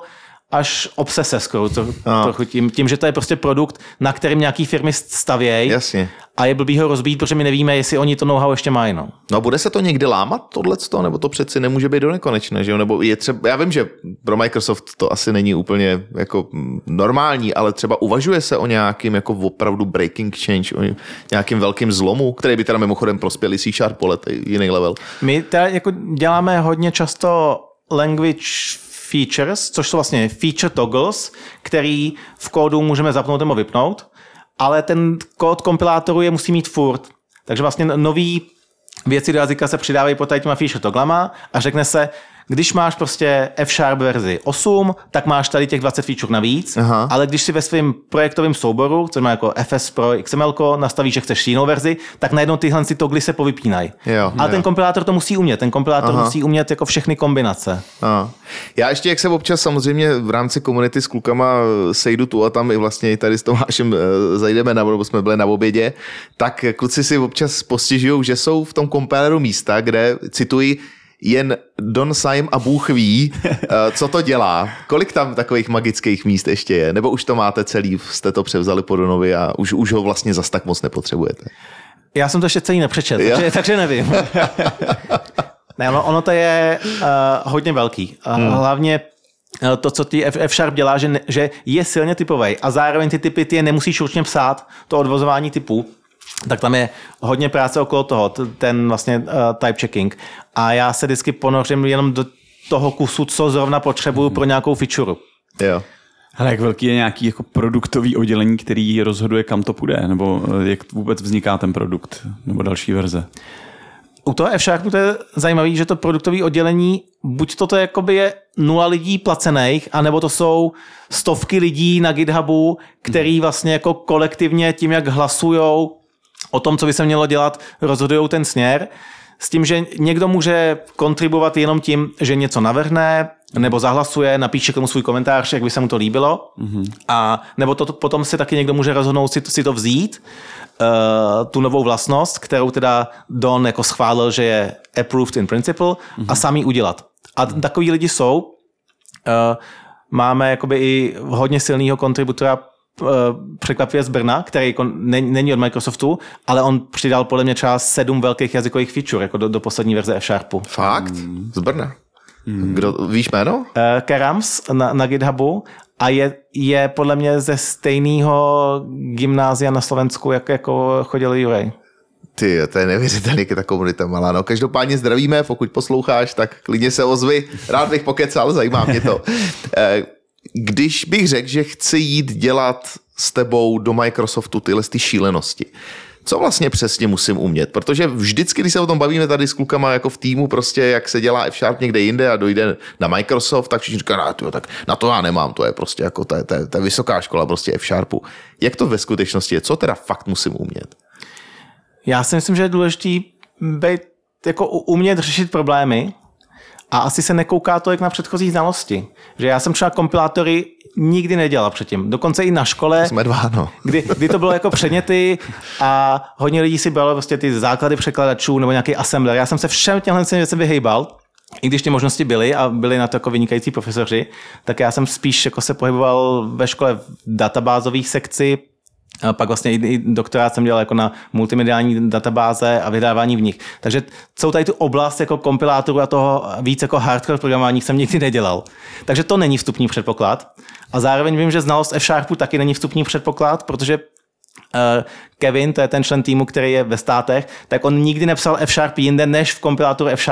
až obsese skoro trochu tím, že to je prostě produkt, na kterým nějaký firmy stavějí. Jasně. A je blbý ho rozbít, protože my nevíme, jestli oni to know-how ještě mají. No a bude se to někdy lámat tohleto, nebo to přeci nemůže být do nekonečna, že jo? Nebo je třeba, já vím, že pro Microsoft to asi není úplně jako normální, ale třeba uvažuje se o nějakým jako opravdu breaking change, o nějakým velkým zlomu, který by teda mimochodem prospěl i C# jiný level. My teda jako děláme hodně často language features, což jsou vlastně feature toggles, který v kódu můžeme zapnout nebo vypnout, ale ten kód kompilátoru je musí mít furt. Takže vlastně nový věci do jazyka se přidávají pod těma feature togglema a řekne se, když máš prostě F-Sharp verzi 8, tak máš tady těch 20 feature navíc, ale když si ve svém projektovém souboru, co má jako FS Pro XML, nastavíš, že chceš jinou verzi, tak najednou tyhle toggly se povypínají. Ale ten kompilátor to musí umět. Ten kompilátor musí umět jako všechny kombinace. Já ještě, jak se občas samozřejmě v rámci komunity s klukama sejdu tu a tam i vlastně tady s Tomášem zajdeme, nebo jsme byli na obědě, tak kluci si občas postižují, že jsou v tom kompilátoru místa, kde, cituji, jen Don Saim a Bůh ví, co to dělá. Kolik tam takových magických míst ještě je? Nebo už to máte celý, jste to převzali po Donovi a už ho vlastně zas tak moc nepotřebujete? Já jsem to ještě celý nepřečet, takže nevím. Ne, ono to je hodně velký. Hlavně to, co ty F-Sharp dělá, že je silně typový a zároveň ty typy ty je nemusíš ručně psát, to odvozování typů. Tak tam je hodně práce okolo toho, ten vlastně type checking. A já se vždycky ponořím jenom do toho kusu, co zrovna potřebuju pro nějakou feature. Jo. Ale jak velký je nějaký jako produktový oddělení, který rozhoduje, kam to půjde? Nebo jak vůbec vzniká ten produkt? Nebo další verze? U toho F-Sharpu to je zajímavé, že to produktové oddělení, buď to jakoby je 0 lidí placených, anebo to jsou stovky lidí na GitHubu, který vlastně jako kolektivně tím, jak hlasujou o tom, co by se mělo dělat, rozhodují ten směr. s tím, že někdo může kontribuovat jenom tím, že něco navrhne, nebo zahlasuje, napíše k tomu svůj komentář, jak by se mu to líbilo. A nebo to potom si taky někdo může rozhodnout si to vzít, tu novou vlastnost, kterou teda Don jako schválil, že je approved in principle, a sám ji udělat. A takový lidi jsou. Máme jakoby i hodně silného kontributora, překvapivě z Brna, který jako není od Microsoftu, ale on přidal podle mě třeba 7 velkých jazykových feature jako do poslední verze F-Sharpu. Fakt? Z Brna? Kdo, víš jméno? Kerams na GitHubu a je podle mě ze stejného gymnázia na Slovensku, jako chodil Juraj. Ty, to je neuvěřitelný, jak je ta komunita malá. No, každopádně zdravíme, pokud posloucháš, tak klidně se ozvi. Rád bych pokecal, zajímá mě to. Když bych řekl, že chci jít dělat s tebou do Microsoftu tyhle šílenosti, co vlastně přesně musím umět? Protože vždycky, když se o tom bavíme tady s klukama jako v týmu, prostě jak se dělá F# někde jinde a dojde na Microsoft, tak všichni říkají, tak na to já nemám, to je prostě jako to je vysoká škola prostě F#. Jak to ve skutečnosti je? Co teda fakt musím umět? Já si myslím, že je důležitý být, jako umět řešit problémy a asi se nekouká tolik na předchozí znalosti. Že já jsem třeba kompilátory nikdy nedělal předtím. Dokonce i na škole, jsme dva, no. kdy to bylo jako předměty a hodně lidí si bralo prostě ty základy překladačů nebo nějaký assembler. Já jsem se všem těmhle věcem vyhejbal, i když ty možnosti byly a byli na to jako vynikající profesoři, tak já jsem spíš jako se pohyboval ve škole v databázových sekci. A pak vlastně i doktorát jsem dělal jako na multimediální databáze a vyhledávání v nich. Takže celou tady tu oblast jako kompilátoru a toho víc jako hardcore programování jsem nikdy nedělal. Takže to není vstupní předpoklad. A zároveň vím, že znalost F# taky není vstupní předpoklad, protože Kevin, to je ten člen týmu, který je ve Státech, tak on nikdy nepsal F# jinde než v kompilátoru F#.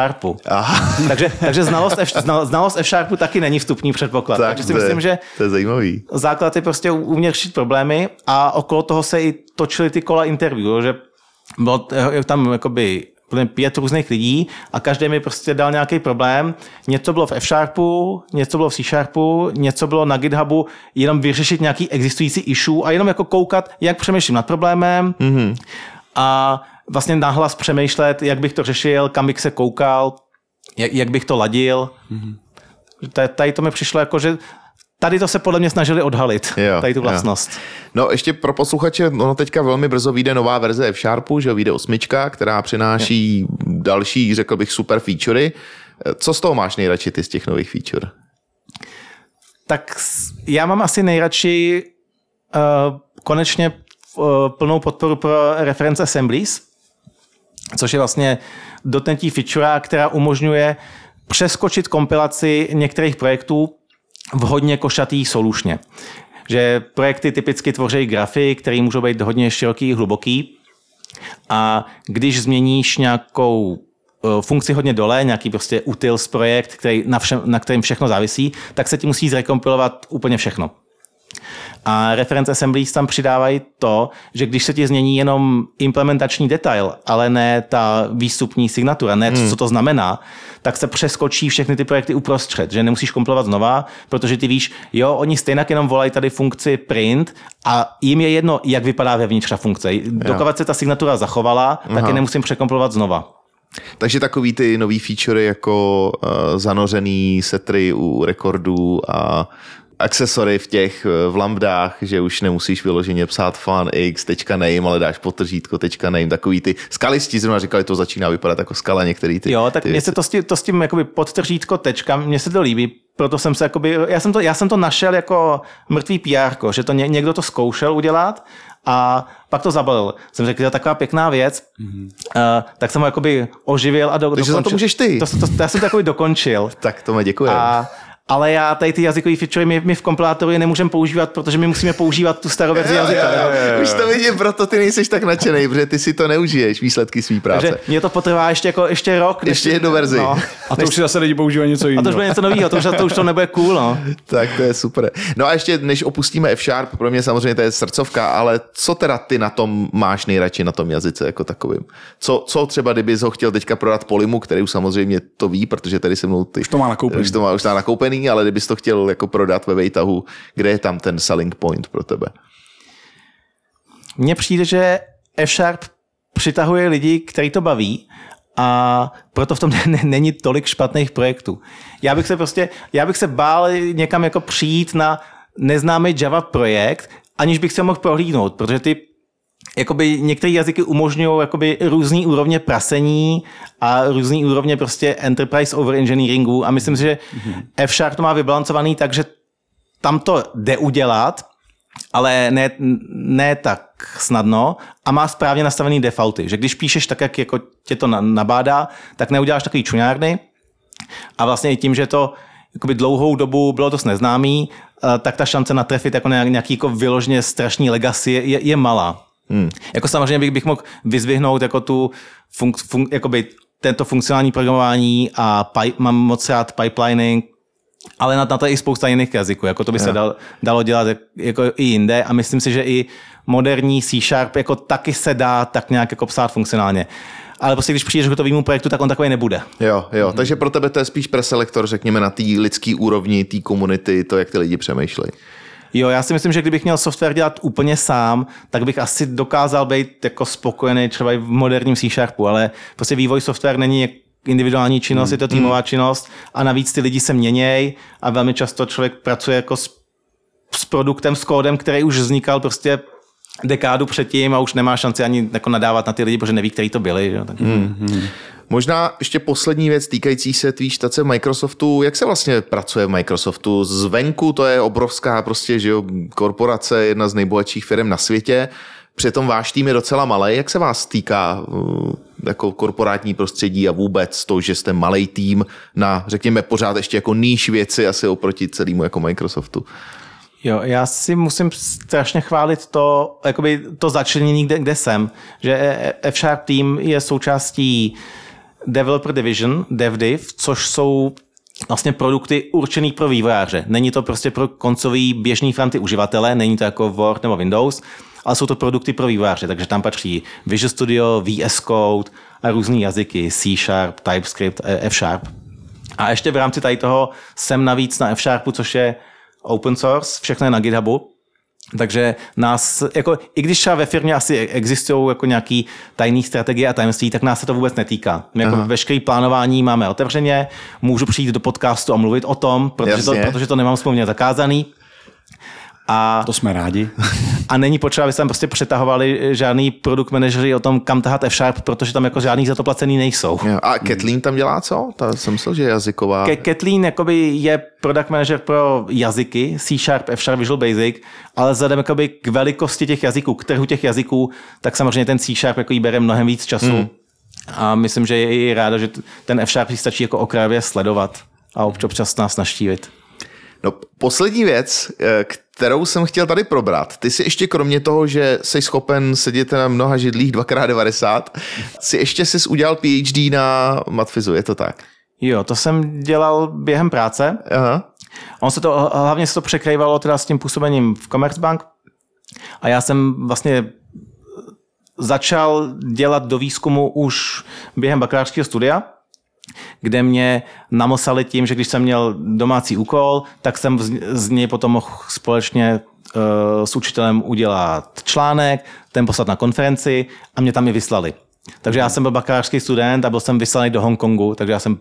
Takže znalost F# taky není vstupní předpoklad. Tak takže si myslím, že to je zajímavý. Základ je prostě umět řešit problémy a okolo toho se i točily ty kola interview, že bylo tam jakoby 5 různých lidí a každý mi prostě dal nějaký problém. Něco bylo v F#, něco bylo v C#, něco bylo na GitHubu, jenom vyřešit nějaký existující issue a jenom jako koukat, jak přemýšlím nad problémem a vlastně nahlas přemýšlet, jak bych to řešil, kam bych se koukal, jak bych to ladil. Tady to mi přišlo jako, že tady to se podle mě snažili odhalit, tady tu vlastnost. Jo. No ještě pro posluchače, teďka velmi brzo vyjde nová verze F#, že vyjde 8, která přináší další, řekl bych, super featurey. Co z toho máš nejradši ty z těch nových feature? Tak já mám asi nejradši konečně plnou podporu pro reference assemblies, což je vlastně dotnetí feature, která umožňuje přeskočit kompilaci některých projektů v hodně košatý solušně. Že projekty typicky tvoří grafy, které můžou být hodně široký, hluboký. A když změníš nějakou funkci hodně dole, nějaký prostě utils projekt, na kterým všechno závisí, tak se ti musí zrekompilovat úplně všechno. A reference assemblies tam přidávají to, že když se ti změní jenom implementační detail, ale ne ta výstupní signatura, ne co to znamená, tak se přeskočí všechny ty projekty uprostřed, že nemusíš kompilovat znova, protože ty víš, oni stejně jenom volají tady funkci print a jim je jedno, jak vypadá vevnitř ta funkce. Dokud se ta signatura zachovala, tak je nemusím překompilovat znova. Takže takový ty nový featurey jako zanořený setry u rekordů a akcesory v lambdách, že už nemusíš vyloženě psát fan.x.name, ale dáš podtržítko .name, takový ty skalisti zrovna říkali, to začíná vypadat jako skala některý ty. Jo, tak mně se to s tím jakoby podtržítko tečka, mně se to líbí, proto jsem se jakoby, já jsem to našel jako mrtvý PR, že to někdo to zkoušel udělat a pak to zabalil. Jsem řekl, že to je taková pěkná věc, tak jsem ho jakoby oživil a dokončil. Takže za to můžeš ty. Já jsem to jakoby dokončil. Tak to mě děkuji. Ale já tady ty jazykové feature my v kompilátoru je nemůžeme používat, protože my musíme používat tu starou verzi jazyka. Už to vidím, proto ty nejseš tak nadšenej, protože ty si to neužiješ, výsledky svý práce. Takže mě to potrvá ještě rok. Ještě jednu verzi. No. A to už si zase lidi používají něco jiného. A to už bude něco nového, to už to nebude cool. No. Tak to je super. No a ještě než opustíme F#, pro mě samozřejmě to je srdcovka, ale co teda ty na tom máš nejradši na tom jazyce jako takovým? Co třeba, kdybys ho chtěl teďka prodat Polymu, který už samozřejmě to ví, protože tady se mnou ty... Už to má nakoupený. Už to má nakoupený, ale kdybys to chtěl jako prodat ve Vejtahu, kde je tam ten selling point pro tebe? Mně přijde, že F# přitahuje lidi, který to baví a proto v tom není tolik špatných projektů. Já bych se bál někam jako přijít na neznámý Java projekt, aniž bych se mohl prohlídnout, protože ty jakoby některé jazyky umožňují jakoby různý úrovně prasení a různý úrovně prostě enterprise over engineeringu a myslím si, že F# to má vybalancovaný tak, že tam to jde udělat, ale ne tak snadno a má správně nastavený defaulty, že když píšeš tak, jak jako tě to nabádá, tak neuděláš takový čuňárny a vlastně i tím, že to jakoby dlouhou dobu bylo dost neznámý, tak ta šance natrefit jako nějaký jako vyloženě strašný legacy je malá. Jako samozřejmě bych mohl vyzvihnout jako tu jakoby tento funkcionální programování a mám moc rád pipelining, ale na to je i spousta jiných jazyků, jako to by se dalo dělat jako i jinde a myslím si, že i moderní C# jako taky se dá tak nějak jako psát funkcionálně. Ale prostě když přijdeš k hotovému projektu, tak on takový nebude. Jo, takže pro tebe to je spíš preselektor, řekněme, na té lidské úrovni, té komunity, to, jak ty lidi přemýšlejí. Jo, já si myslím, že kdybych měl software dělat úplně sám, tak bych asi dokázal být jako spokojený třeba i v moderním C#, ale prostě vývoj software není individuální činnost, je to týmová činnost a navíc ty lidi se měnějí a velmi často člověk pracuje jako s produktem, s kódem, který už vznikal prostě dekádu předtím a už nemá šanci ani jako nadávat na ty lidi, protože neví, který to byli. Že? Možná ještě poslední věc týkající se tvý štace v Microsoftu. Jak se vlastně pracuje v Microsoftu? Zvenku to je obrovská prostě, že jo, korporace, jedna z nejbohatších firm na světě. Přitom váš tým je docela malý. Jak se vás týká jako korporátní prostředí a vůbec to, že jste malej tým na, řekněme, pořád ještě jako níž věci asi oproti celému jako Microsoftu? Jo, já si musím strašně chválit to začlenění, kde jsem. Že F# tým je součástí Developer Division, DevDiv, což jsou vlastně produkty určený pro vývojáře. Není to prostě pro koncový běžný fronty uživatele, není to jako Word nebo Windows, ale jsou to produkty pro vývojáře, takže tam patří Visual Studio, VS Code a různý jazyky, C#, TypeScript, F#. A ještě v rámci tady toho jsem navíc na F#, což je open source, všechno je na GitHubu, takže nás, jako, i když třeba ve firmě asi existují jako nějaký tajný strategie a tajemství, tak nás se to vůbec netýká. My jako veškeré plánování máme otevřeně, můžu přijít do podcastu a mluvit o tom, protože to nemám smluvně zakázaný. A to jsme rádi. A není potřeba, aby se tam prostě přetahovali žádný produkt manažeři o tom, kam tahat F#, protože tam jako žádný za to placený nejsou. A Kathleen tam dělá co? Ta jsem myslel, že je jazyková. Kathleen jakoby je product manager pro jazyky, C#, F#, Visual Basic, ale vzhledem jakoby k velikosti těch jazyků, k trhu těch jazyků, tak samozřejmě ten C# jako bere mnohem víc času. A myslím, že je i ráda, že ten F# si stačí jako okrajově sledovat a občas nás navštívit. No, poslední věc, kterou jsem chtěl tady probrat. Ty si ještě kromě toho, že jsi schopen sedět na mnoha židlích 2x90, si ještě udělal PhD na Matfizu, je to tak? Jo, to jsem dělal během práce. Aha. Hlavně se to překrývalo teda s tím působením v Commerzbank a já jsem vlastně začal dělat do výzkumu už během bakalářského studia, kde mě namosali tím, že když jsem měl domácí úkol, tak jsem z něj potom mohl společně s učitelem udělat článek, ten poslat na konferenci a mě tam i vyslali. Takže já jsem byl bakalářský student a byl jsem vyslaný do Hongkongu, takže já jsem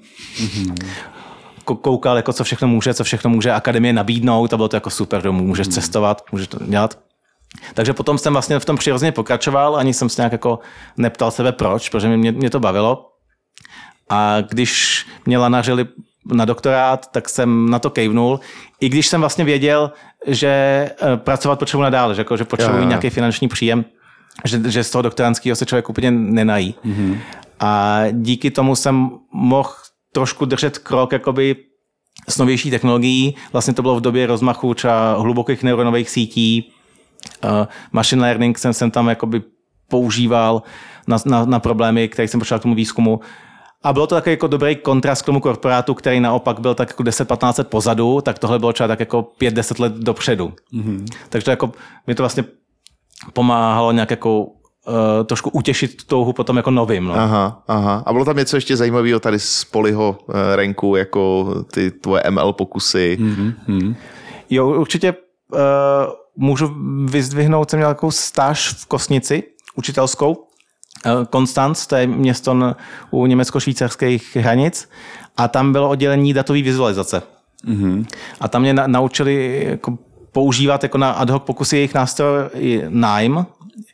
koukal, jako co všechno může akademie nabídnout a bylo to jako super, že můžeš cestovat, můžeš to dělat. Takže potom jsem vlastně v tom přirozeně pokračoval, ani jsem se nějak jako neptal sebe proč, protože mě to bavilo. A když mě lanařili na doktorát, tak jsem na to kejvnul. I když jsem vlastně věděl, že pracovat potřebuji nadále, že potřebuji nějaký finanční příjem, že z toho doktorantského se člověk úplně nenají. Mm-hmm. A díky tomu jsem mohl trošku držet krok jakoby s novější technologií. Vlastně to bylo v době rozmachu třeba hlubokých neuronových sítí. Machine learning jsem tam jakoby používal na problémy, které jsem potřeboval k tomu výzkumu. A bylo to takový jako dobrý kontrast k tomu korporátu, který naopak byl tak jako 10-15 let pozadu, tak tohle bylo třeba tak jako 5-10 let dopředu. Mm-hmm. Takže to jako, mi to vlastně pomáhalo nějak jako trošku utěšit touhu potom jako novým. No. Aha. A bylo tam něco ještě zajímavého tady z Polyho Ranku, jako ty tvoje ML pokusy? Mm-hmm. Jo, určitě můžu vyzdvihnout, jsem měl takovou stáž v Kosnici, učitelskou, Konstanz, to je město u německo-švýcarských hranic, a tam bylo oddělení datové vizualizace. A tam mě naučili jako používat jako na ad hoc pokusy jejich nástroj KNIME,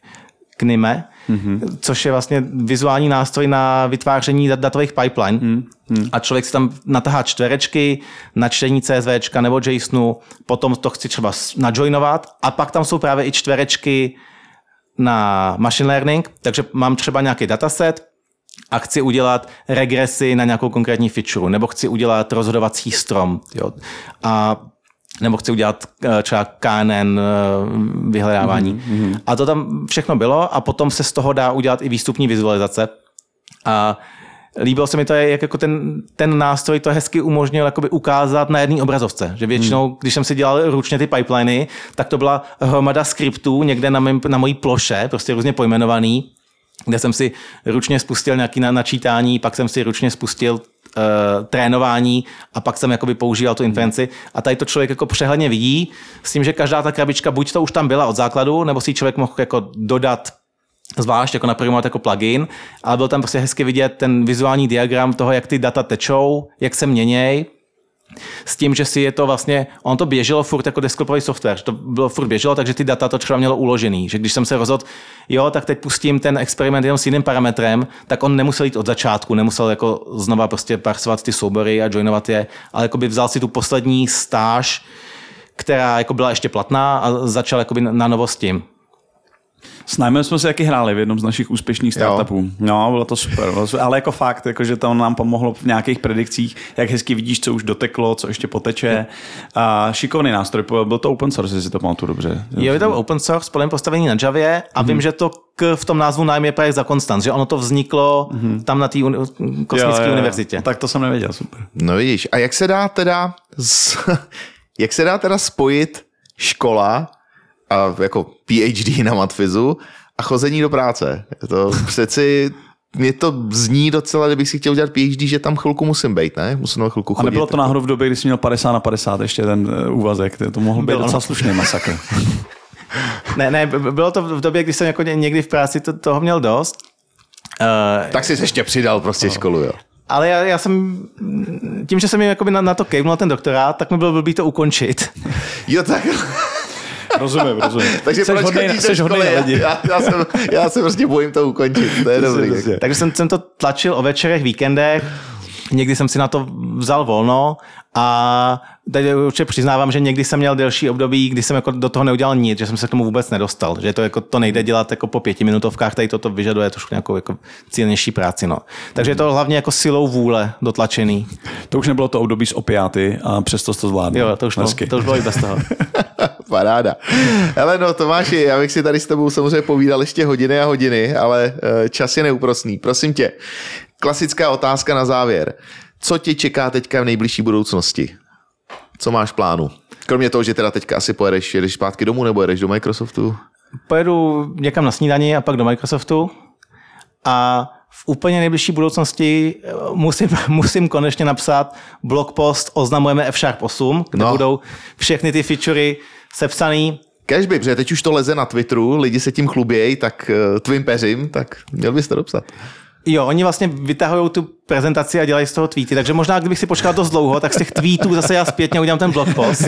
což je vlastně vizuální nástroj na vytváření datových pipeline. A člověk si tam natahá čtverečky na čtení CSVčka nebo JSONu, potom to chci třeba najoinovat a pak tam jsou právě i čtverečky na machine learning, takže mám třeba nějaký dataset a chci udělat regresi na nějakou konkrétní feature, nebo chci udělat rozhodovací strom, jo. Nebo chci udělat třeba KNN vyhledávání. A to tam všechno bylo a potom se z toho dá udělat i výstupní vizualizace. A líbilo se mi to, jak jako ten nástroj to hezky umožnil jakoby ukázat na jedné obrazovce. Že většinou, když jsem si dělal ručně ty pipeliny, tak to byla hromada skriptů někde na mojí ploše, prostě různě pojmenovaný, kde jsem si ručně spustil nějaký načítání, pak jsem si ručně spustil trénování a pak jsem jakoby používal tu inferenci. A tady to člověk jako přehledně vidí s tím, že každá ta krabička, buď to už tam byla od základu, nebo si člověk mohl jako dodat zvlášť jako naprogramovat jako plugin, ale byl tam prostě hezky vidět ten vizuální diagram toho, jak ty data tečou, jak se měněj, s tím, že si je to vlastně, on to běželo furt jako desktopový software, že to bylo furt běželo, takže ty data to třeba mělo uložený, že když jsem se rozhodl, jo, tak teď pustím ten experiment jenom s jiným parametrem, tak on nemusel jít od začátku, nemusel jako znova prostě parsovat ty soubory a joinovat je, ale jako by vzal si tu poslední stáž, která jako byla ještě platná a začal jako by na novo s tím. S námi jsme se taky hráli v jednom z našich úspěšných startupů. No, bylo to super. Ale jako fakt, jako, že to nám pomohlo v nějakých predikcích, jak hezky vidíš, co už doteklo, co ještě poteče. A šikovný nástroj, byl to open source, jestli to pamatuju dobře. Jo, je to open source, plně postavený na Javě a vím, že to v tom názvu NIME je právě za Konstanz, že ono to vzniklo tam na té kosmické univerzitě. Tak to jsem nevěděl, super. No vidíš, a jak se dá teda spojit škola a jako PhD na matfizu a chození do práce? To přeci mě to zní docela, kdybych si chtěl dělat PhD, že tam chvilku musím být, ne? Musím na chvilku chodit. A nebylo to náhodou v době, kdy jsi měl 50/50 ještě ten úvazek, to mohl být docela slušný masakr. Ne, bylo to v době, kdy jsem jako někdy v práci toho měl dost. Tak jsi ještě přidal prostě školu, jo. Ale já jsem, tím, že jsem jim na to kejvnul ten doktorát, tak mi bylo blbý to ukončit. Jo, tak... Rozumím. Takže proč chodíš do školy? Já se prostě bojím to ukončit. To je dobrý. Takže jsem to tlačil o večerech, víkendech, někdy jsem si na to vzal volno a teď určitě přiznávám, že někdy jsem měl delší období, kdy jsem jako do toho neudělal nic, že jsem se k tomu vůbec nedostal, že to, jako, to nejde dělat jako po 5minutovkách, tady toto vyžaduje trošku nějakou jako cílenější práci. No. Takže je to hlavně jako silou vůle dotlačený. To už nebylo to období s opiáty a přesto to zvládlo. Jo, to už bylo i bez toho. Paráda. Hele no Tomáši, já bych si tady s tebou samozřejmě povídal ještě hodiny a hodiny, ale čas je neúprosný. Prosím tě, klasická otázka na závěr. Co tě čeká teďka v nejbližší budoucnosti? Co máš v plánu? Kromě toho, že teda teďka asi jedeš zpátky domů nebo jedeš do Microsoftu? Pojedu někam na snídani a pak do Microsoftu a v úplně nejbližší budoucnosti musím konečně napsat blogpost Oznamujeme F# 8, kde budou všechny ty featurey sepsaný. Kežby, protože teď už to leze na Twitteru, lidi se tím chlubějí, tak tvým peřím, tak měl bys to dopsat. Jo, oni vlastně vytahují tu prezentaci a dělají z toho tweety, takže možná, kdybych si počkal dost dlouho, tak z těch tweetů zase já zpětně udělám ten blogpost.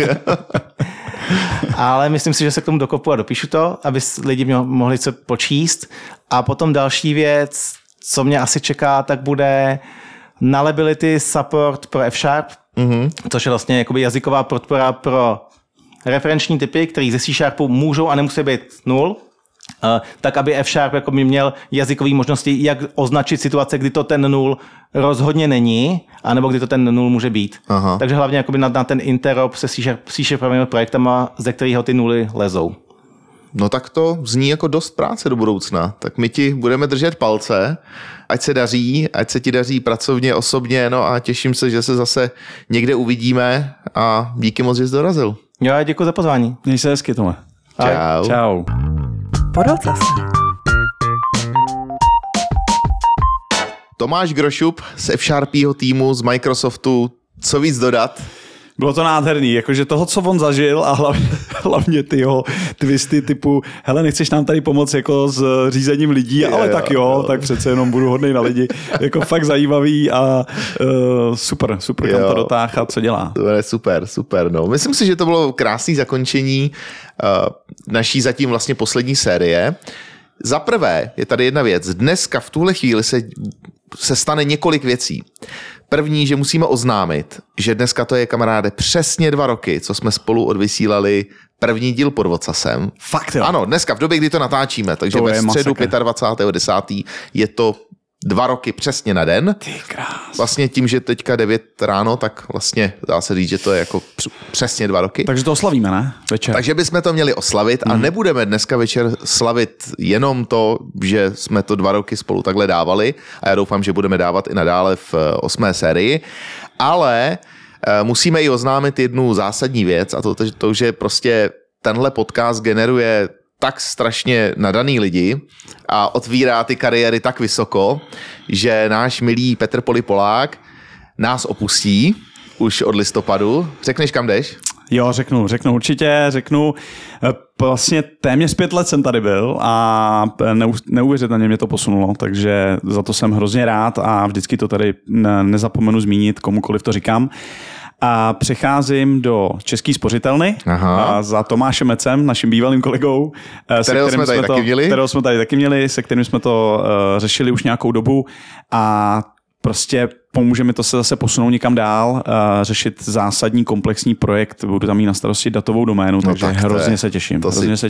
Ale myslím si, že se k tomu dokopu a dopíšu to, aby lidi mohli se počíst. A potom další věc, co mě asi čeká, tak bude nullability support pro F#, což je vlastně jakoby jazyková podpora pro referenční typy, které ze C# můžou a nemusí být nul, tak aby F# jako by měl jazykové možnosti, jak označit situace, kdy to ten nul rozhodně není, anebo kdy to ten nul může být. Aha. Takže hlavně jakoby na ten interop se C# projektama, ze kterého ty nuly lezou. No tak to zní jako dost práce do budoucna. Tak my ti budeme držet palce, ať se daří, ať se ti daří pracovně, osobně, no a těším se, že se zase někde uvidíme a díky moc, že jsi dorazil. Jo, a děkuji za pozvání. Měj se hezky, Tome. Čau. Čau. Podvodca se. Tomáš Grošup z F# týmu z Microsoftu. Co víc dodat? Bylo to nádherný, jakože toho, co on zažil a hlavně ty jeho twisty typu, hele, nechceš nám tady pomoct jako s řízením lidí, ale tak jo, tak přece jenom budu hodnej na lidi. Jako fakt zajímavý a super, kam to dotáh a co dělá. To je super, no. Myslím si, že to bylo krásný zakončení naší zatím vlastně poslední série. Za prvé je tady jedna věc. Dneska v tuhle chvíli se stane několik věcí. První, že musíme oznámit, že dneska to je, kamaráde, přesně 2 roky, co jsme spolu odvysílali první díl Pod Vocasem. Fakt jo? Ano, dneska v době, kdy to natáčíme, takže to ve středu 25.10. je to 2 roky přesně na den. Ty krás. Vlastně tím, že teďka 9 ráno, tak vlastně dá se říct, že to je jako přesně 2 roky. Takže to oslavíme, ne? Večer. Takže bychom to měli oslavit a nebudeme dneska večer slavit jenom to, že jsme to 2 roky spolu takhle dávali a já doufám, že budeme dávat i nadále v 8. sérii, ale musíme i oznámit jednu zásadní věc a to, že prostě tenhle podcast generuje tak strašně nadaný lidi a otvírá ty kariéry tak vysoko, že náš milý Petr Polipolák nás opustí už od listopadu. Řekneš, kam jdeš? Jo, řeknu určitě, vlastně téměř 5 let jsem tady byl a neuvěřitelně mě to posunulo, takže za to jsem hrozně rád a vždycky to tady nezapomenu zmínit, komukoliv to říkám. A přecházím do České spořitelny a za Tomášem Mecem, naším bývalým kolegou, kterého jsme tady taky měli, se kterým jsme to řešili už nějakou dobu a prostě pomůže mi to se zase posunout někam dál, řešit zásadní komplexní projekt, budu tam mít na starosti datovou doménu, takže tak hrozně se těším.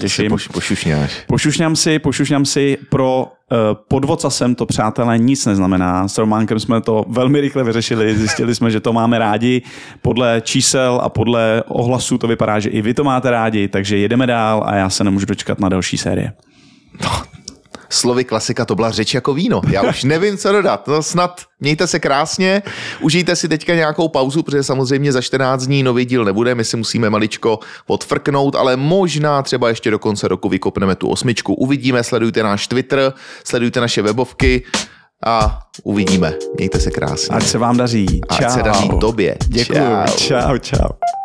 Pošušňám si pro Pod Vocasem to, přátelé, nic neznamená. S Románkem jsme to velmi rychle vyřešili, zjistili jsme, že to máme rádi. Podle čísel a podle ohlasů to vypadá, že i vy to máte rádi, takže jedeme dál a já se nemůžu dočkat na další série. Slovy klasika, to byla řeč jako víno. Já už nevím, co dodat. No snad mějte se krásně, užijte si teďka nějakou pauzu, protože samozřejmě za 14 dní nový díl nebude, my si musíme maličko odfrknout, ale možná třeba ještě do konce roku vykopneme tu 8. Uvidíme, sledujte náš Twitter, sledujte naše webovky a uvidíme. Mějte se krásně. Ať se vám daří. Ať se daří tobě. Děkuju. Čau.